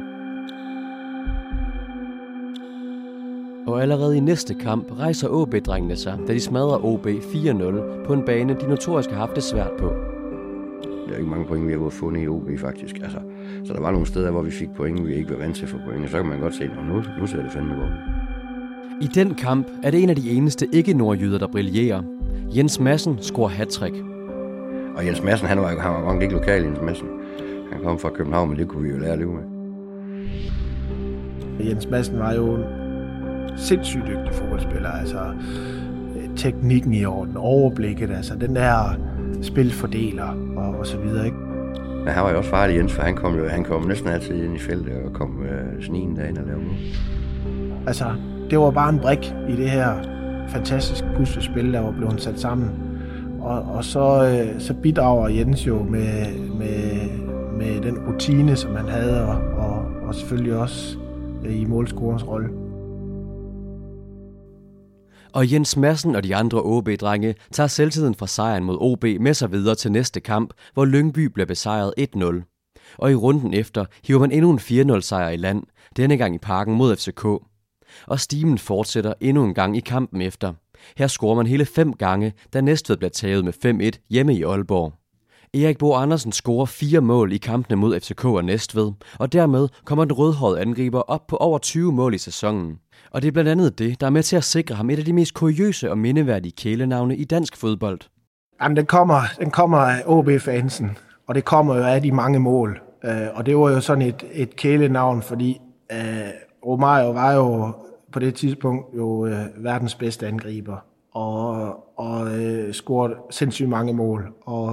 Og allerede i næste kamp rejser OB-drengene sig, da de smadrer OB 4-0 på en bane, de notorisk har haft det svært på. Der er ikke mange point, vi har fundet i OB faktisk. Altså, så der var nogle steder, hvor vi fik point, vi ikke var vant til at få point. Og så kan man godt se, at nu ser det fandme godt. I den kamp er det en af de eneste ikke-nordjyder, der brillerer. Jens Madsen scorer hattrick. Og Jens Madsen, han var godt ikke lokal, Jens Madsen. Han kom fra København, men det kunne vi jo lære at leve med. Jens Madsen var jo en sindssygt dygtig fodboldspiller. Altså teknikken i orden, overblikket, altså den der spilfordeler og så videre, ikke? Men han var jo også farlig, Jens, for han kom næsten altid ind i feltet og kom sneen derind og lavede noget. Altså, det var bare en brik i det her fantastiske puslespil, der var blevet sat sammen. Og så bidrager Jens jo med den rutine, som han havde, og selvfølgelig også i målscorerens rolle. Og Jens Madsen og de andre OB-drenge tager selvtiden fra sejren mod OB med sig videre til næste kamp, hvor Lyngby bliver besejret 1-0. Og i runden efter hiver man endnu en 4-0-sejr i land, denne gang i Parken mod FCK. Og stimen fortsætter endnu en gang i kampen efter. Her scorer man hele 5 gange, da Næstved bliver taget med 5-1 hjemme i Aalborg. Erik Bo Andersen scorer 4 mål i kampene mod FCK og Næstved, og dermed kommer den rødhårede angriber op på over 20 mål i sæsonen. Og det er blandt andet det, der er med til at sikre ham et af de mest kuriøse og mindeværdige kælenavne i dansk fodbold. Jamen, den kommer af OB-fansen, og det kommer jo af de mange mål. Og det var jo sådan et kælenavn, fordi Romario var jo på det tidspunkt jo verdens bedste angriber, og scorede sindssygt mange mål. Og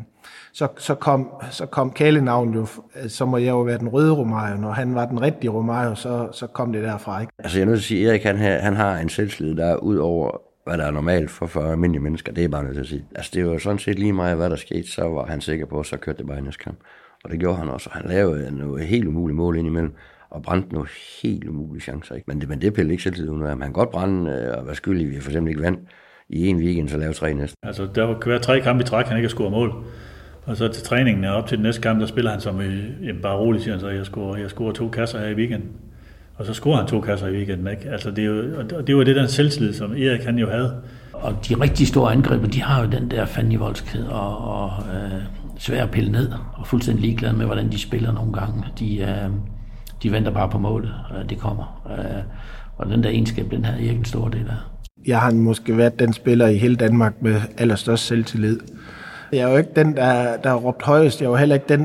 så kom kælenavnet jo, så må jeg jo være den røde Romario. Når han var den rigtige Romario, så kom det derfra, ikke? Altså jeg er nødt til at sige, at Erik han har en selvtillid, der er ud over, hvad der er normalt for almindelige mennesker. Det er bare nødt til at sige. Altså det var jo sådan set lige meget, hvad der skete, så var han sikker på, så kørte det bare i næste kamp. Og det gjorde han også. Han lavede noget helt umuligt mål indimellem, og brændte nogle helt umulige chancer, ikke? Men det pillede ikke selvtillid ud af ham. Han kan godt brænde og være skyldig, vi for eksempel ikke vandt i en weekend, så lave 3 næste. Altså der kan være 3 kampe i træk, han ikke har scoret mål. Og så til træningen op til den næste kamp, der spiller han som bare roligt, siger han så, jeg scorer 2 kasser her i weekenden. Og så scorer han 2 kasser i weekenden, ikke? Altså det var det der selvtillid, som Erik han jo havde. Og de rigtig store angriber, de har jo den der fandenivoldskhed og svær at pille ned, og fuldstændig ligeglade med, hvordan de spiller nogle gange. De venter bare på målet, det kommer. Og den der egenskab, den havde jeg ikke en stor del af. Jeg har måske været den spiller i hele Danmark med allerstørst selvtillid. Jeg er jo ikke den, der råbt højest. Jeg var heller ikke den,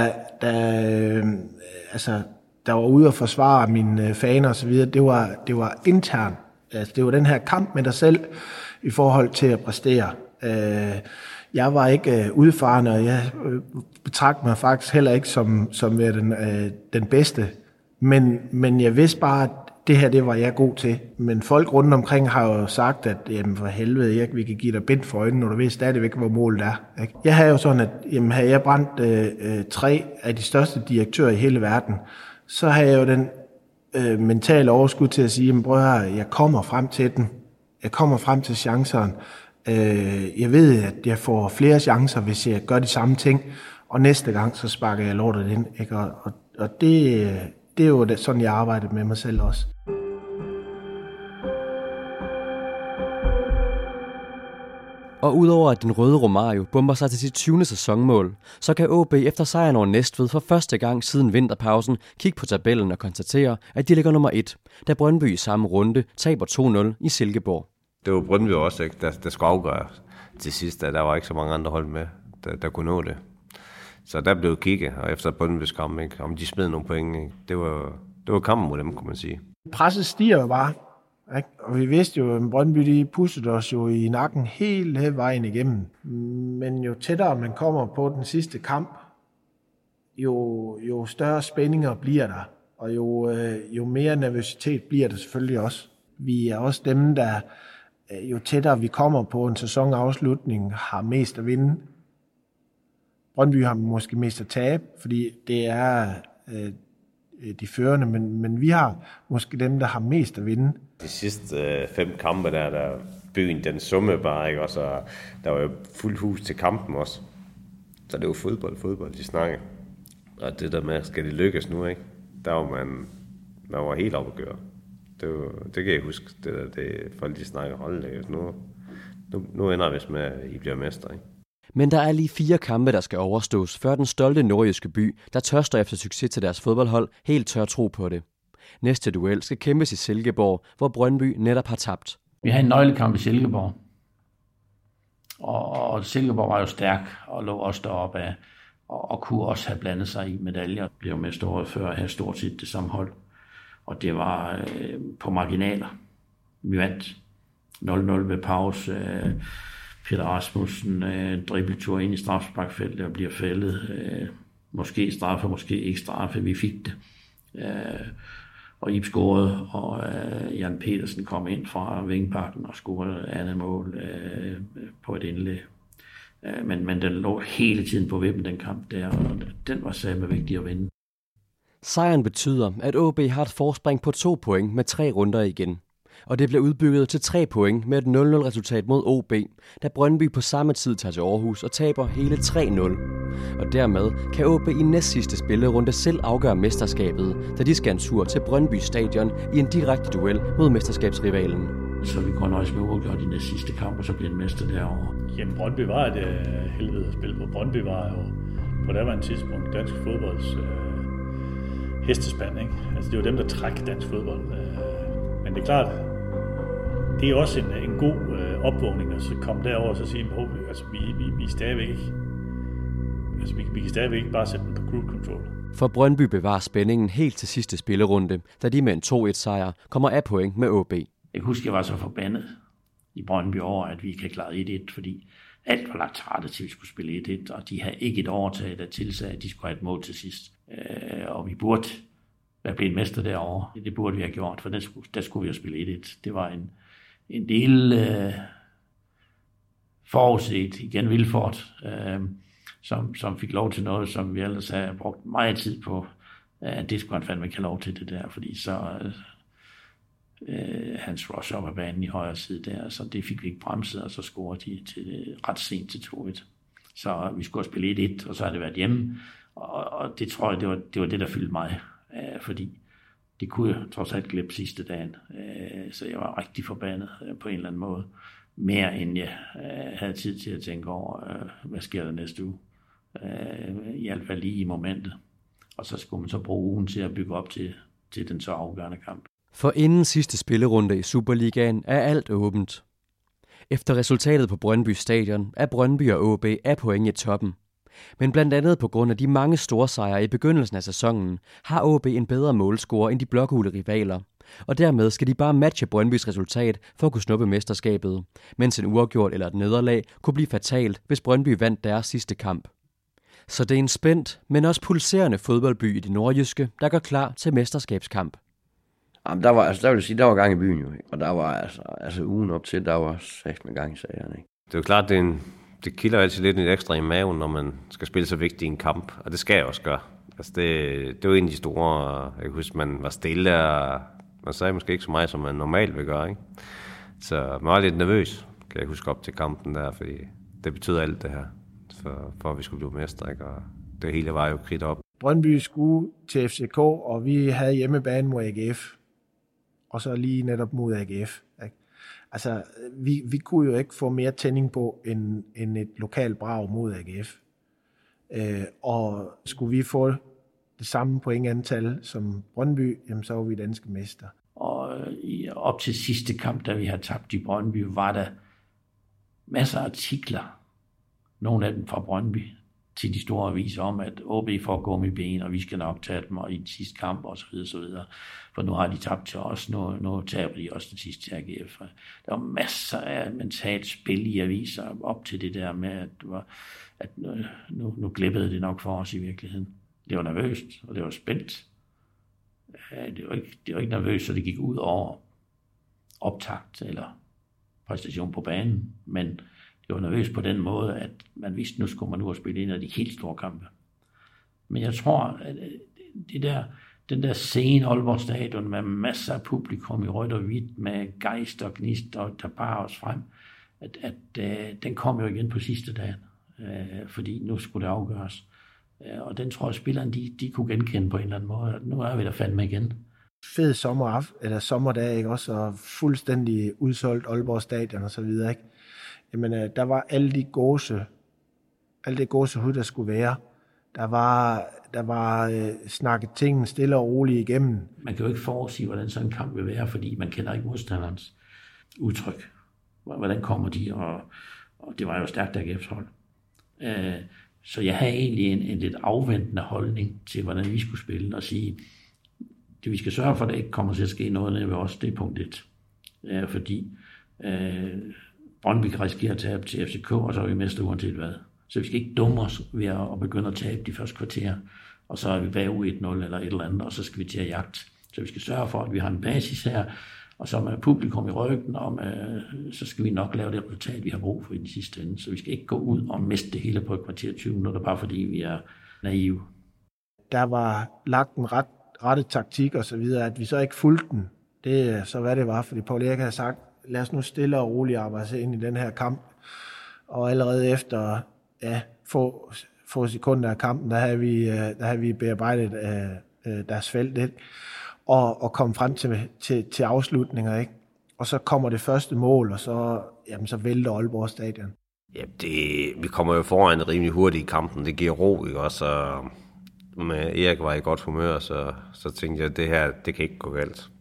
der var ude og forsvare mine faner og så videre. Det var internt. Altså, det var den her kamp med dig selv i forhold til at præstere. Jeg var ikke udfarende, og jeg betragter mig faktisk heller ikke som den bedste. Men jeg vidste bare, at det her, det var jeg god til. Men folk rundt omkring har jo sagt, at jamen for helvede, vi kan give dig bind for øjnene, når du ved stadigvæk, hvor målet er. Ikke? Jeg havde jo sådan, at jamen, havde jeg brændt 3 af de største direktører i hele verden, så havde jeg jo den mentale overskud til at sige, jamen prøv her, jeg kommer frem til den. Jeg kommer frem til chancerne. Jeg ved, at jeg får flere chancer, hvis jeg gør de samme ting. Og næste gang, så sparker jeg lortet ind. Ikke? Og det er jo sådan, jeg arbejder med mig selv også. Og udover at den røde Romario bomber sig til sit 20. sæsonmål, så kan AaB efter sejren over Næstved for første gang siden vinterpausen kigge på tabellen og konstatere, at de ligger nummer 1, da Brøndby i samme runde taber 2-0 i Silkeborg. Det var Brøndby også, ikke? Der skulle afgøre til sidst, at der var ikke så mange andre hold med, der kunne nå det. Så der blev kigget, og efter Brøndbys kamp, ikke? Om de smed nogle point, ikke? Det var kampen mod dem, kunne man sige. Presset stiger jo bare, ikke? Og vi vidste jo, at Brøndby de pudsede os jo i nakken hele vejen igennem. Men jo tættere man kommer på den sidste kamp, jo større spændinger bliver der, og jo mere nervøsitet bliver der selvfølgelig også. Vi er også dem, der jo tættere vi kommer på en sæsonafslutning, har mest at vinde. Brøndby har måske mest at tabe, fordi det er de førende, men vi har måske dem, der har mest at vinde. De sidste 5 kampe der byen, den summe bare, ikke? Og så der var jo fuldt hus til kampen også. Så det var fodbold, de snakkede. Og det der med, skal det lykkes nu, ikke? Der var man var helt oppe at gøre. Det kan jeg huske, det folk de snakker, hold det, nu ender vi med, at I bliver mester, ikke? Men der er lige 4 kampe, der skal overstås, før den stolte nordjyske by, der tørster efter succes til deres fodboldhold, helt tør tro på det. Næste duel skal kæmpes i Silkeborg, hvor Brøndby netop har tabt. Vi havde en nøglekamp i Silkeborg, og Silkeborg var jo stærk og lå også deroppe af, og kunne også have blandet sig i medaljer. Blev mest året før at have stort set det samme hold, og det var på marginaler. Vi vandt 0-0 ved pause. Peter Rasmussen dribletur ind i strafsparkfeltet og bliver fældet. Måske straffe, måske ikke straffe. Vi fik det. Og Ib scorede, og Jan Petersen kom ind fra vingbakken og scorede andet mål på et indlæg. Men den lå hele tiden på vippen, den kamp der, og den var sammen vigtig at vinde. Sejren betyder, at AaB har et forspring på 2 point med 3 runder igen. Og det bliver udbygget til 3 point med et 0-0-resultat mod OB, da Brøndby på samme tid tager til Aarhus og taber hele 3-0. Og dermed kan AaB i næstsidste spillerunde selv afgøre mesterskabet, da de skal en tur til Brøndby Stadion i en direkte duel mod mesterskabsrivalen. Så vi går nøjes med uafgjort i næstsidste kamp, og så bliver en mester derovre. Jamen, Brøndby var et helvede at spille på. Brøndby var jo på daværende tidspunkt dansk fodbolds hestespand, ikke? Altså, det var dem, der træk dansk fodbold. Men det er klart, det er også en god opvågning at så komme derover og så sige, altså vi er stadigvæk ikke, altså vi kan stadigvæk ikke bare sætte den på cruise control. For Brøndby bevarer spændingen helt til sidste spillerunde, da de med en 2-1-sejr kommer af point med AaB. Jeg kan huske, jeg var så forbandet i Brøndby over, at vi ikke havde klaret 1-1, fordi alt var lagt til rette til, at vi skulle spille 1-1, og de havde ikke et overtag, der tilsagde, at de skulle have et mål til sidst. Og vi burde være blevet mester derovre. Det burde vi have gjort, for der skulle vi jo spille 1-1. Det var en del forudset, igen Vilfort, som fik lov til noget, som vi ellers havde brugt meget tid på, at det skulle han fandme ikke have lov til det der, fordi så hans rush op ad banen i højre side der, så det fik vi ikke bremset, og så scorede de ret sent til 2-1. Så vi skulle spille 1-1, og så har det været hjemme, og det tror jeg, det var det, der fyldte mig, fordi det kunne jeg trods alt glemme sidste dagen. Så jeg var rigtig forbandet på en eller anden måde. Mere end jeg havde tid til at tænke over, hvad sker der næste uge. I hvert fald lige i momentet. Og så skulle man så bruge ugen til at bygge op til den så afgørende kamp. For inden sidste spillerunde i Superligaen er alt åbent. Efter resultatet på Brøndby Stadion er Brøndby og AaB af point i toppen. Men blandt andet på grund af de mange store sejre i begyndelsen af sæsonen, har AaB en bedre målscore end de blågule rivaler. Og dermed skal de bare matche Brøndbys resultat for at kunne snuppe mesterskabet, mens en uafgjort eller et nederlag kunne blive fatalt, hvis Brøndby vandt deres sidste kamp. Så det er en spændt, men også pulserende fodboldby i det nordjyske, der går klar til mesterskabskamp. Jamen, der var gang i byen jo, og der var altså ugen op til, der var 6 med gang i sagerne, ikke? Det er jo klart, det kilder altid lidt ekstra i maven, når man skal spille så vigtigt i en kamp, og det skal jeg også gøre. Altså det var en af de store, jeg kan huske, man var stille, og man sagde måske ikke så meget, som man normalt vil gøre, ikke? Så man var lidt nervøs, kan jeg huske, op til kampen der, fordi det betyder alt det her, for at vi skulle blive mestre, ikke? Og det hele var jo kridt op. Brøndby skulle til FCK, og vi havde hjemmebane mod AGF, og så lige netop mod AGF, ikke? Altså, vi kunne jo ikke få mere tænding på end et lokalt brag mod AGF. Og skulle vi få det samme pointantal som Brøndby, jamen så var vi danske mester. Og op til sidste kamp, da vi havde tabt i Brøndby, var der masser af artikler, nogle af dem fra Brøndby, til de store aviser om, at AaB får gå med ben, og vi skal nok tage dem i den sidste kamp, og så videre. For nu har de tabt til os, nu taber de også den sidste til AGF. Der var masser af mentalt spil i aviser op til det der med, at nu glippede det nok for os i virkeligheden. Det var nervøst, og det var spændt. Det var ikke nervøst, så det gik ud over optakt eller præstation på banen, men det var nervøst på den måde, at man vidste, nu skulle man nu spille en af de helt store kampe. Men jeg tror, at den der scene Aalborg Stadion med masser af publikum i rødt og hvidt, med gejst og gnist, der bare os frem, at den kom jo igen på sidste dagen, fordi nu skulle det afgøres. Og den tror jeg, spillerne de kunne genkende på en eller anden måde. Nu er vi der fandme igen. Fed sommerdag, ikke også, og fuldstændig udsolgt Aalborg Stadion og så videre, ikke? Jamen, der var alle det gåsehud, der skulle være. Der var snakket tingene stille og roligt igennem. Man kan jo ikke forudsige, hvordan sådan en kamp vil være, fordi man kender ikke modstanderens udtryk. Hvordan kommer de, og det var jo stærkt AGF's hold. Så jeg havde egentlig en lidt afventende holdning til, hvordan vi skulle spille, og sige, det vi skal sørge for, at der ikke kommer til at ske noget nede ved os, det er punkt 1. Fordi Brøndby kan risikere at tabe til FCK, og så er vi mester uanset hvad. Så vi skal ikke dumme os ved at begynde at tabe de første kvarter, og så er vi bagud 1-0 eller et eller andet, og så skal vi til at jagte. Så vi skal sørge for, at vi har en basis her, og så med publikum i ryggen, så skal vi nok lave det resultat, vi har brug for i den sidste ende. Så vi skal ikke gå ud og miste det hele på et kvarter 20 minutter, bare fordi vi er naive. Der var lagt en rette taktik og så videre, at vi så ikke fulgte den. Det er så hvad det var, fordi Paul Erik havde sagt, lad os nu stille og roligt arbejde ind i den her kamp. Og allerede efter få sekunder af kampen, der havde vi bearbejdet deres felt og kom frem til afslutninger, ikke? Og så kommer det første mål, og så vælter Aalborg Stadion. Ja, vi kommer jo foran rimelig hurtigt i kampen. Det giver ro, ikke også? Og med Erik var i godt humør, så tænkte jeg, at det her, det kan ikke gå galt.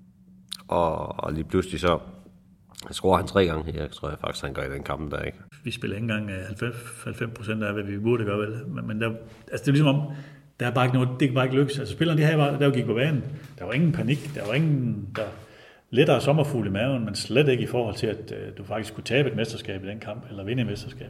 Og lige pludselig så scorer han 3 gange. Jeg tror faktisk, han gør i den kamp der, ikke? Vi spiller ikke engang 90% af, hvad vi burde gøre, vel? Men der, altså det er ligesom om, der er bare ikke noget, det kan bare ikke lykkes. Altså spillerne, der gik på banen. Der var ingen panik, der var ingen lettere sommerfugl i maven, men slet ikke i forhold til, at du faktisk kunne tabe et mesterskab i den kamp, eller vinde et mesterskab.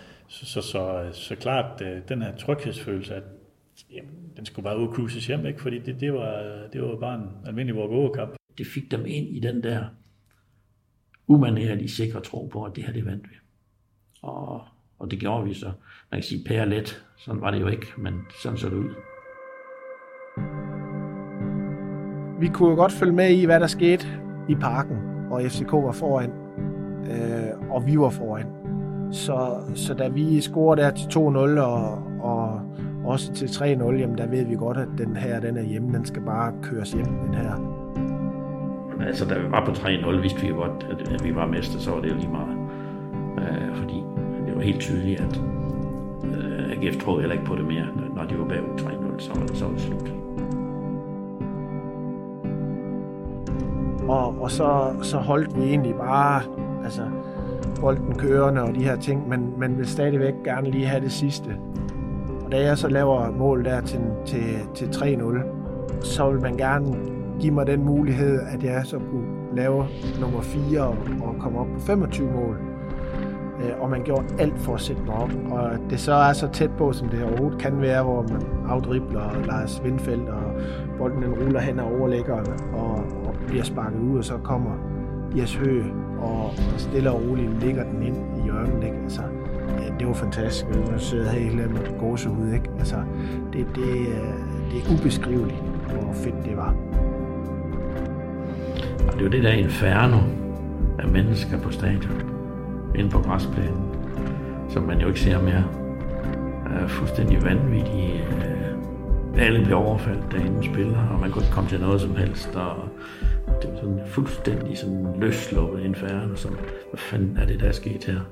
Så klart, den her tryghedsfølelse, at jamen, den skulle bare ud og cruises hjem, ikke? Fordi det var bare en almindelig walk-over-kamp. Det fik dem ind i den der umanerlige sikre tro på, at det her, det vandt vi. Og det gjorde vi så. Man kan sige pære let. Sådan var det jo ikke, men sådan så det ud. Vi kunne jo godt følge med i, hvad der skete i parken, og FCK var foran, og vi var foran. Så da vi scorede der til 2-0, Også til 3-0, jamen der ved vi godt, at den er hjemme, den skal bare køres hjem, den her. Altså, da vi var på 3-0, vidste vi godt, at vi var mester, så var det jo lige meget. Fordi det var helt tydeligt, at AGF troede heller ikke på det mere. Når de var bagud 3-0, så var det slut. Og så holdt vi egentlig bare bolden kørende og de her ting, men man vil stadigvæk gerne lige have det sidste. Og da jeg så laver mål der til 3-0, så vil man gerne give mig den mulighed, at jeg så kunne lave nummer 4 og komme op på 25 mål. Og man gjorde alt for at sætte mig op. Og det så er så tæt på, som det overhovedet kan være, hvor man afdribler Lars Windfeldt, og bolden den ruller hen og overlæggeren og bliver sparket ud, og så kommer Jes Høgh og stille og roligt ligger den ind i hjørnet. Ikke? Altså, det var fantastisk. Jeg sidder helt med gåsehud. Ikke? Altså, det er ubeskriveligt, hvor fedt det var. Og det er jo det der inferno af mennesker på stadion, inde på græsplænen, som man jo ikke ser mere. Er fuldstændig vanvittige. Alle bliver overfaldt derinde spiller, og man kunne ikke komme til noget som helst. Og det var sådan fuldstændig sådan løsslået inferno, som hvad fanden er det, der er sket her?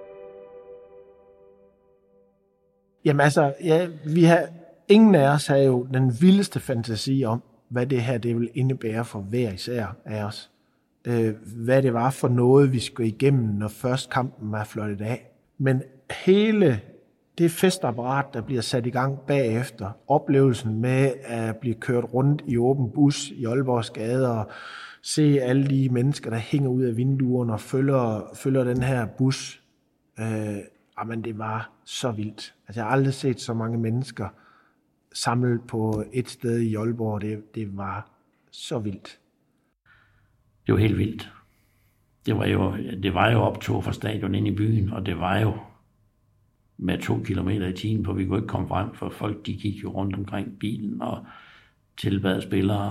Jamen altså, ja, ingen af os havde jo den vildeste fantasi om, hvad det her det ville indebære for hver især af os. Hvad det var for noget, vi skulle igennem, når først kampen var fløjtet af. Men hele det festapparat, der bliver sat i gang bagefter, oplevelsen med at blive kørt rundt i åben bus i Aalborgs gader, og se alle de mennesker, der hænger ud af vinduerne og følger den her bus. Men det var så vildt. Altså, jeg har aldrig set så mange mennesker samlet på et sted i Aalborg. Det var så vildt. Det var helt vildt. Det var jo optog fra stadion ind i byen, og det var jo med 2 kilometer i timen, for vi kunne ikke komme frem, for folk de gik jo rundt omkring bilen og tilbad spillere,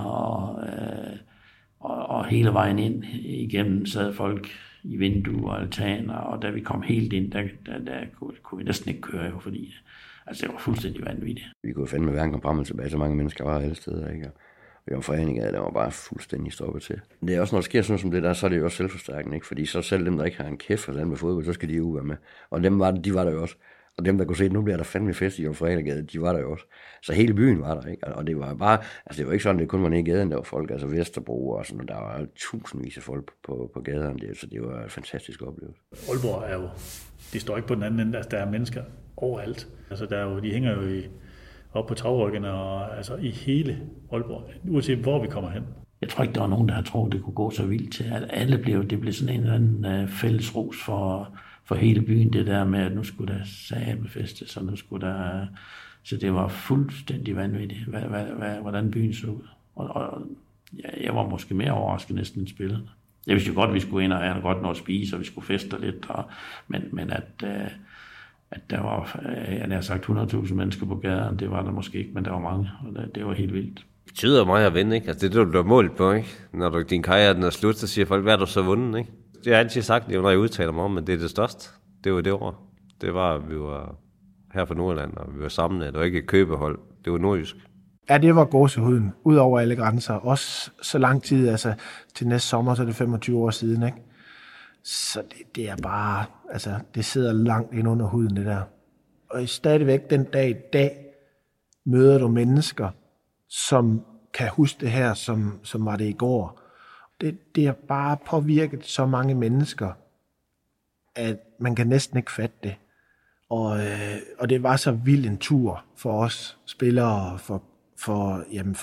og hele vejen ind igennem sad folk i vinduer og altaner, og da vi kom helt ind, der kunne vi næsten ikke køre jo, fordi altså, det var fuldstændig vanvittigt. Vi kunne fandme hverken komme frem og tilbage, så mange mennesker var alle steder, ikke? Og Jomfru-Ane-Gade, der var bare fuldstændig stoppet til. Det er også, når der sker sådan som det der, så er det jo også selvforstærkende, ikke? Fordi så selv dem, der ikke har en kæft for land med fodbold, så skal de jo være med. Og de var der jo også. Og dem, der kunne se, at nu bliver der fandme fest i Jomfru-Ane-Gade, de var der jo også. Så hele byen var der, ikke? Og det var bare, altså det var ikke sådan, det kun var nede i gaden, der var folk, altså Vesterbro og sådan, og der var tusindvis af folk på gaderne, så det var en fantastisk oplevelse. Aalborg er jo, de står ikke på den anden ende, altså der er mennesker overalt. Altså de hænger jo op på tagryggene og altså i hele Aalborg, uanset hvor vi kommer hen. Jeg tror ikke, der var nogen, der havde troet, det kunne gå så vildt til, at det blev sådan en eller anden fælles ros for hele byen, det der med, at nu skulle der samefeste, så nu skulle der... Så det var fuldstændig vanvittigt, hvordan byen så ud. Og jeg var måske mere overrasket næsten end spillerne. Jeg vidste jo godt, at vi skulle ind og have godt noget at spise, og vi skulle feste lidt, men at der var, jeg har sagt 100.000 mennesker på gaden, det var der måske ikke, men der var mange, og det var helt vildt. Det betyder meget at vinde, ikke? Altså det er det, du har målt på, ikke? Når din karriere den er slut, så siger folk, hvad er du så vundet, ikke? Det har jeg altid sagt, når jeg udtaler mig om, men det er det største. Det var det år. Det var, at vi var her fra Nordjylland, og vi var samlet. Det var ikke et købehold. Det var nordjysk. Ja, det var gåsehuden. Ud over alle grænser. Også så lang tid, altså til næste sommer, så er det 25 år siden, ikke? Så det er bare, altså det sidder langt ind under huden, det der. Og stadigvæk den dag i dag, møder du mennesker, som kan huske det her, som var det i går. Det har bare påvirket så mange mennesker, at man kan næsten ikke fatte det. Og det var så vild en tur for os spillere, for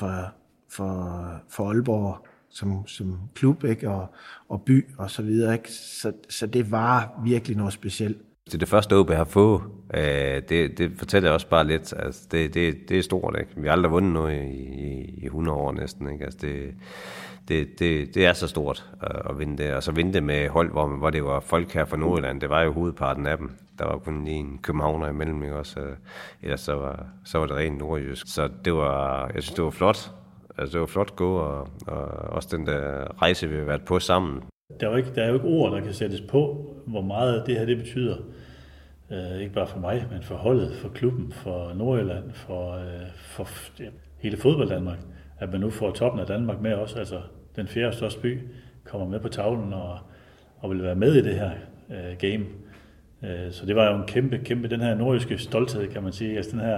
Aalborg som klub, ikke? Og by og så videre, ikke? Så det var virkelig noget specielt. Det er det første OB har fået. Det fortæller også bare lidt. Altså, det er stort, ikke? Vi har aldrig vundet noget i 100 år næsten, ikke? Altså, det er så stort at vinde det. Og så vinde det med hold, hvor det var folk her fra Nordjylland. Det var jo hovedparten af dem. Der var kun lige en københavner imellem, ikke? Også, ellers så var det rent nordjysk. Så jeg synes, det var flot. Altså, det var flot gå, og også den der rejse, vi har været på sammen. Der er jo ikke ord, der kan sættes på, hvor meget det her det betyder Ikke bare for mig, men for holdet, for klubben, for Nordjylland, for hele fodbold Danmark. At man nu får toppen af Danmark med også. Altså den 4. største by kommer med på tavlen og vil være med i det her game. Så det var jo en kæmpe, den her nordjyske stolthed, kan man sige. Altså den her,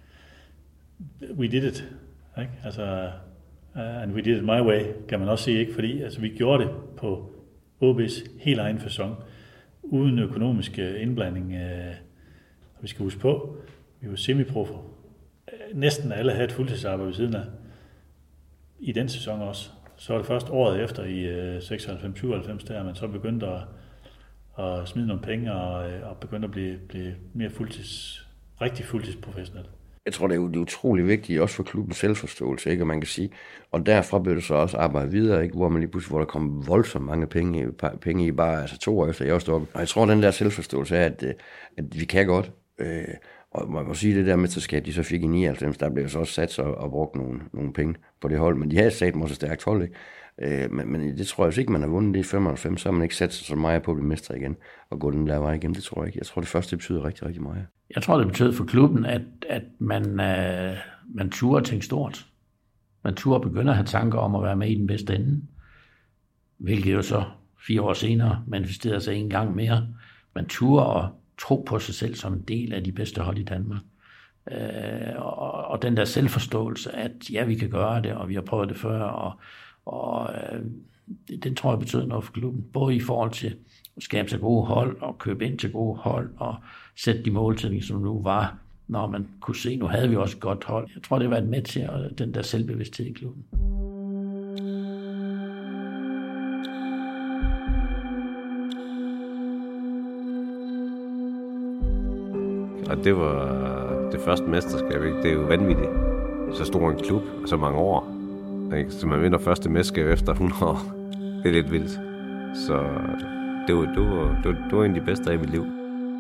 we did it. Ikke? Altså, and we did it my way, kan man også sige. Ikke? Fordi altså, vi gjorde det på OB's helt egen facon, uden økonomisk indblanding. Vi skal huske på, vi var semiproffer. Næsten alle havde et fuldtidsarbejde ved siden af. I den sæson også. Så var det først året efter i 96-97, der man så begyndte at smide nogle penge og begyndte at blive mere rigtig fuldtidsprofessionel. Jeg tror, det er utrolig vigtigt, også for klubbens selvforståelse, ikke? Og man kan sige, og derfra blev det så også arbejde videre, ikke? Hvor man lige pludselig, hvor der kom voldsomt mange penge i bare, altså 2 år efter jeg var stoppet. Og jeg tror, den der selvforståelse er, at vi kan godt. Og man må sige, det der mesterskab, de så fik i 99, der blev så også sat og brugt nogle penge på det hold. Men de havde sat mig så stærkt hold, ikke? Men det tror jeg, hvis ikke man har vundet det i 95, så har man ikke sat sig så meget på at blive mester igen og gå den der vej igennem. Det tror jeg ikke. Jeg tror, det første betyder rigtig, rigtig meget. Jeg tror, det betyder for klubben, at man turde tænke stort. Man turde begynde at have tanker om at være med i den bedste ende. Hvilket jo så 4 år senere manifesterede sig en gang mere. Man turde at tro på sig selv som en del af de bedste hold i Danmark. Og den der selvforståelse, at ja, vi kan gøre det, og vi har prøvet det før, og den tror jeg betyder noget for klubben. Både i forhold til at skabe sig gode hold, og købe ind til gode hold, og sætte de målsætninger, som nu var, når man kunne se, nu havde vi også et godt hold. Jeg tror, det har været med til den der selvbevidsthed i klubben. Og det var det første mesterskab, ikke? Det er jo vanvittigt. Så stor en klub, og så mange år. Ikke? Så man vinder første mesterskab efter 100 år. Det er lidt vildt. Så det var en af de bedste af mit liv.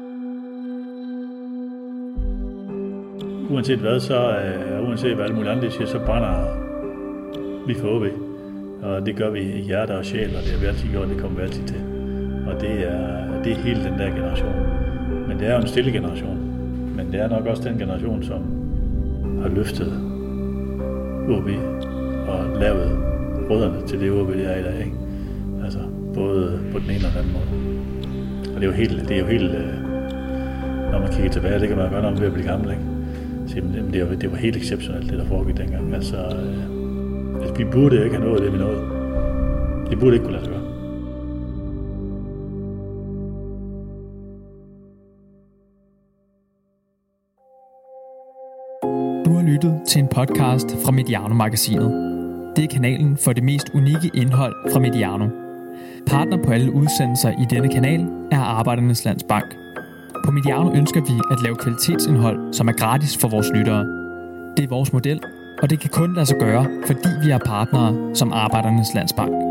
Uanset hvad, uanset hvad alle mulige andre siger, så brænder vi for OB. Og det gør vi i hjerte og sjæl, og det har vi altid gjort, og det kommer vi altid til. Og det er hele den der generation. Men det er jo en stille generation. Men det er nok også den generation, som har løftet OB og lavet rødderne til det OB, det er i dag. Ikke? Altså både på den ene og den anden måde. Og det er jo helt når man kigger tilbage, det kan man gøre, når man er ved at blive gammel. Ikke? Så, det var helt exceptionelt, det der foregik dengang. Altså, vi burde ikke have nået det, vi nåede. Det burde ikke kunne lade sig gøre. Du har lyttet til en podcast fra Mediano-magasinet. Det er kanalen for det mest unikke indhold fra Mediano. Partner på alle udsendelser i denne kanal er Arbejdernes Landsbank. På Mediano ønsker vi at lave kvalitetsindhold, som er gratis for vores lyttere. Det er vores model, og det kan kun lade sig gøre, fordi vi er partnere som Arbejdernes Landsbank.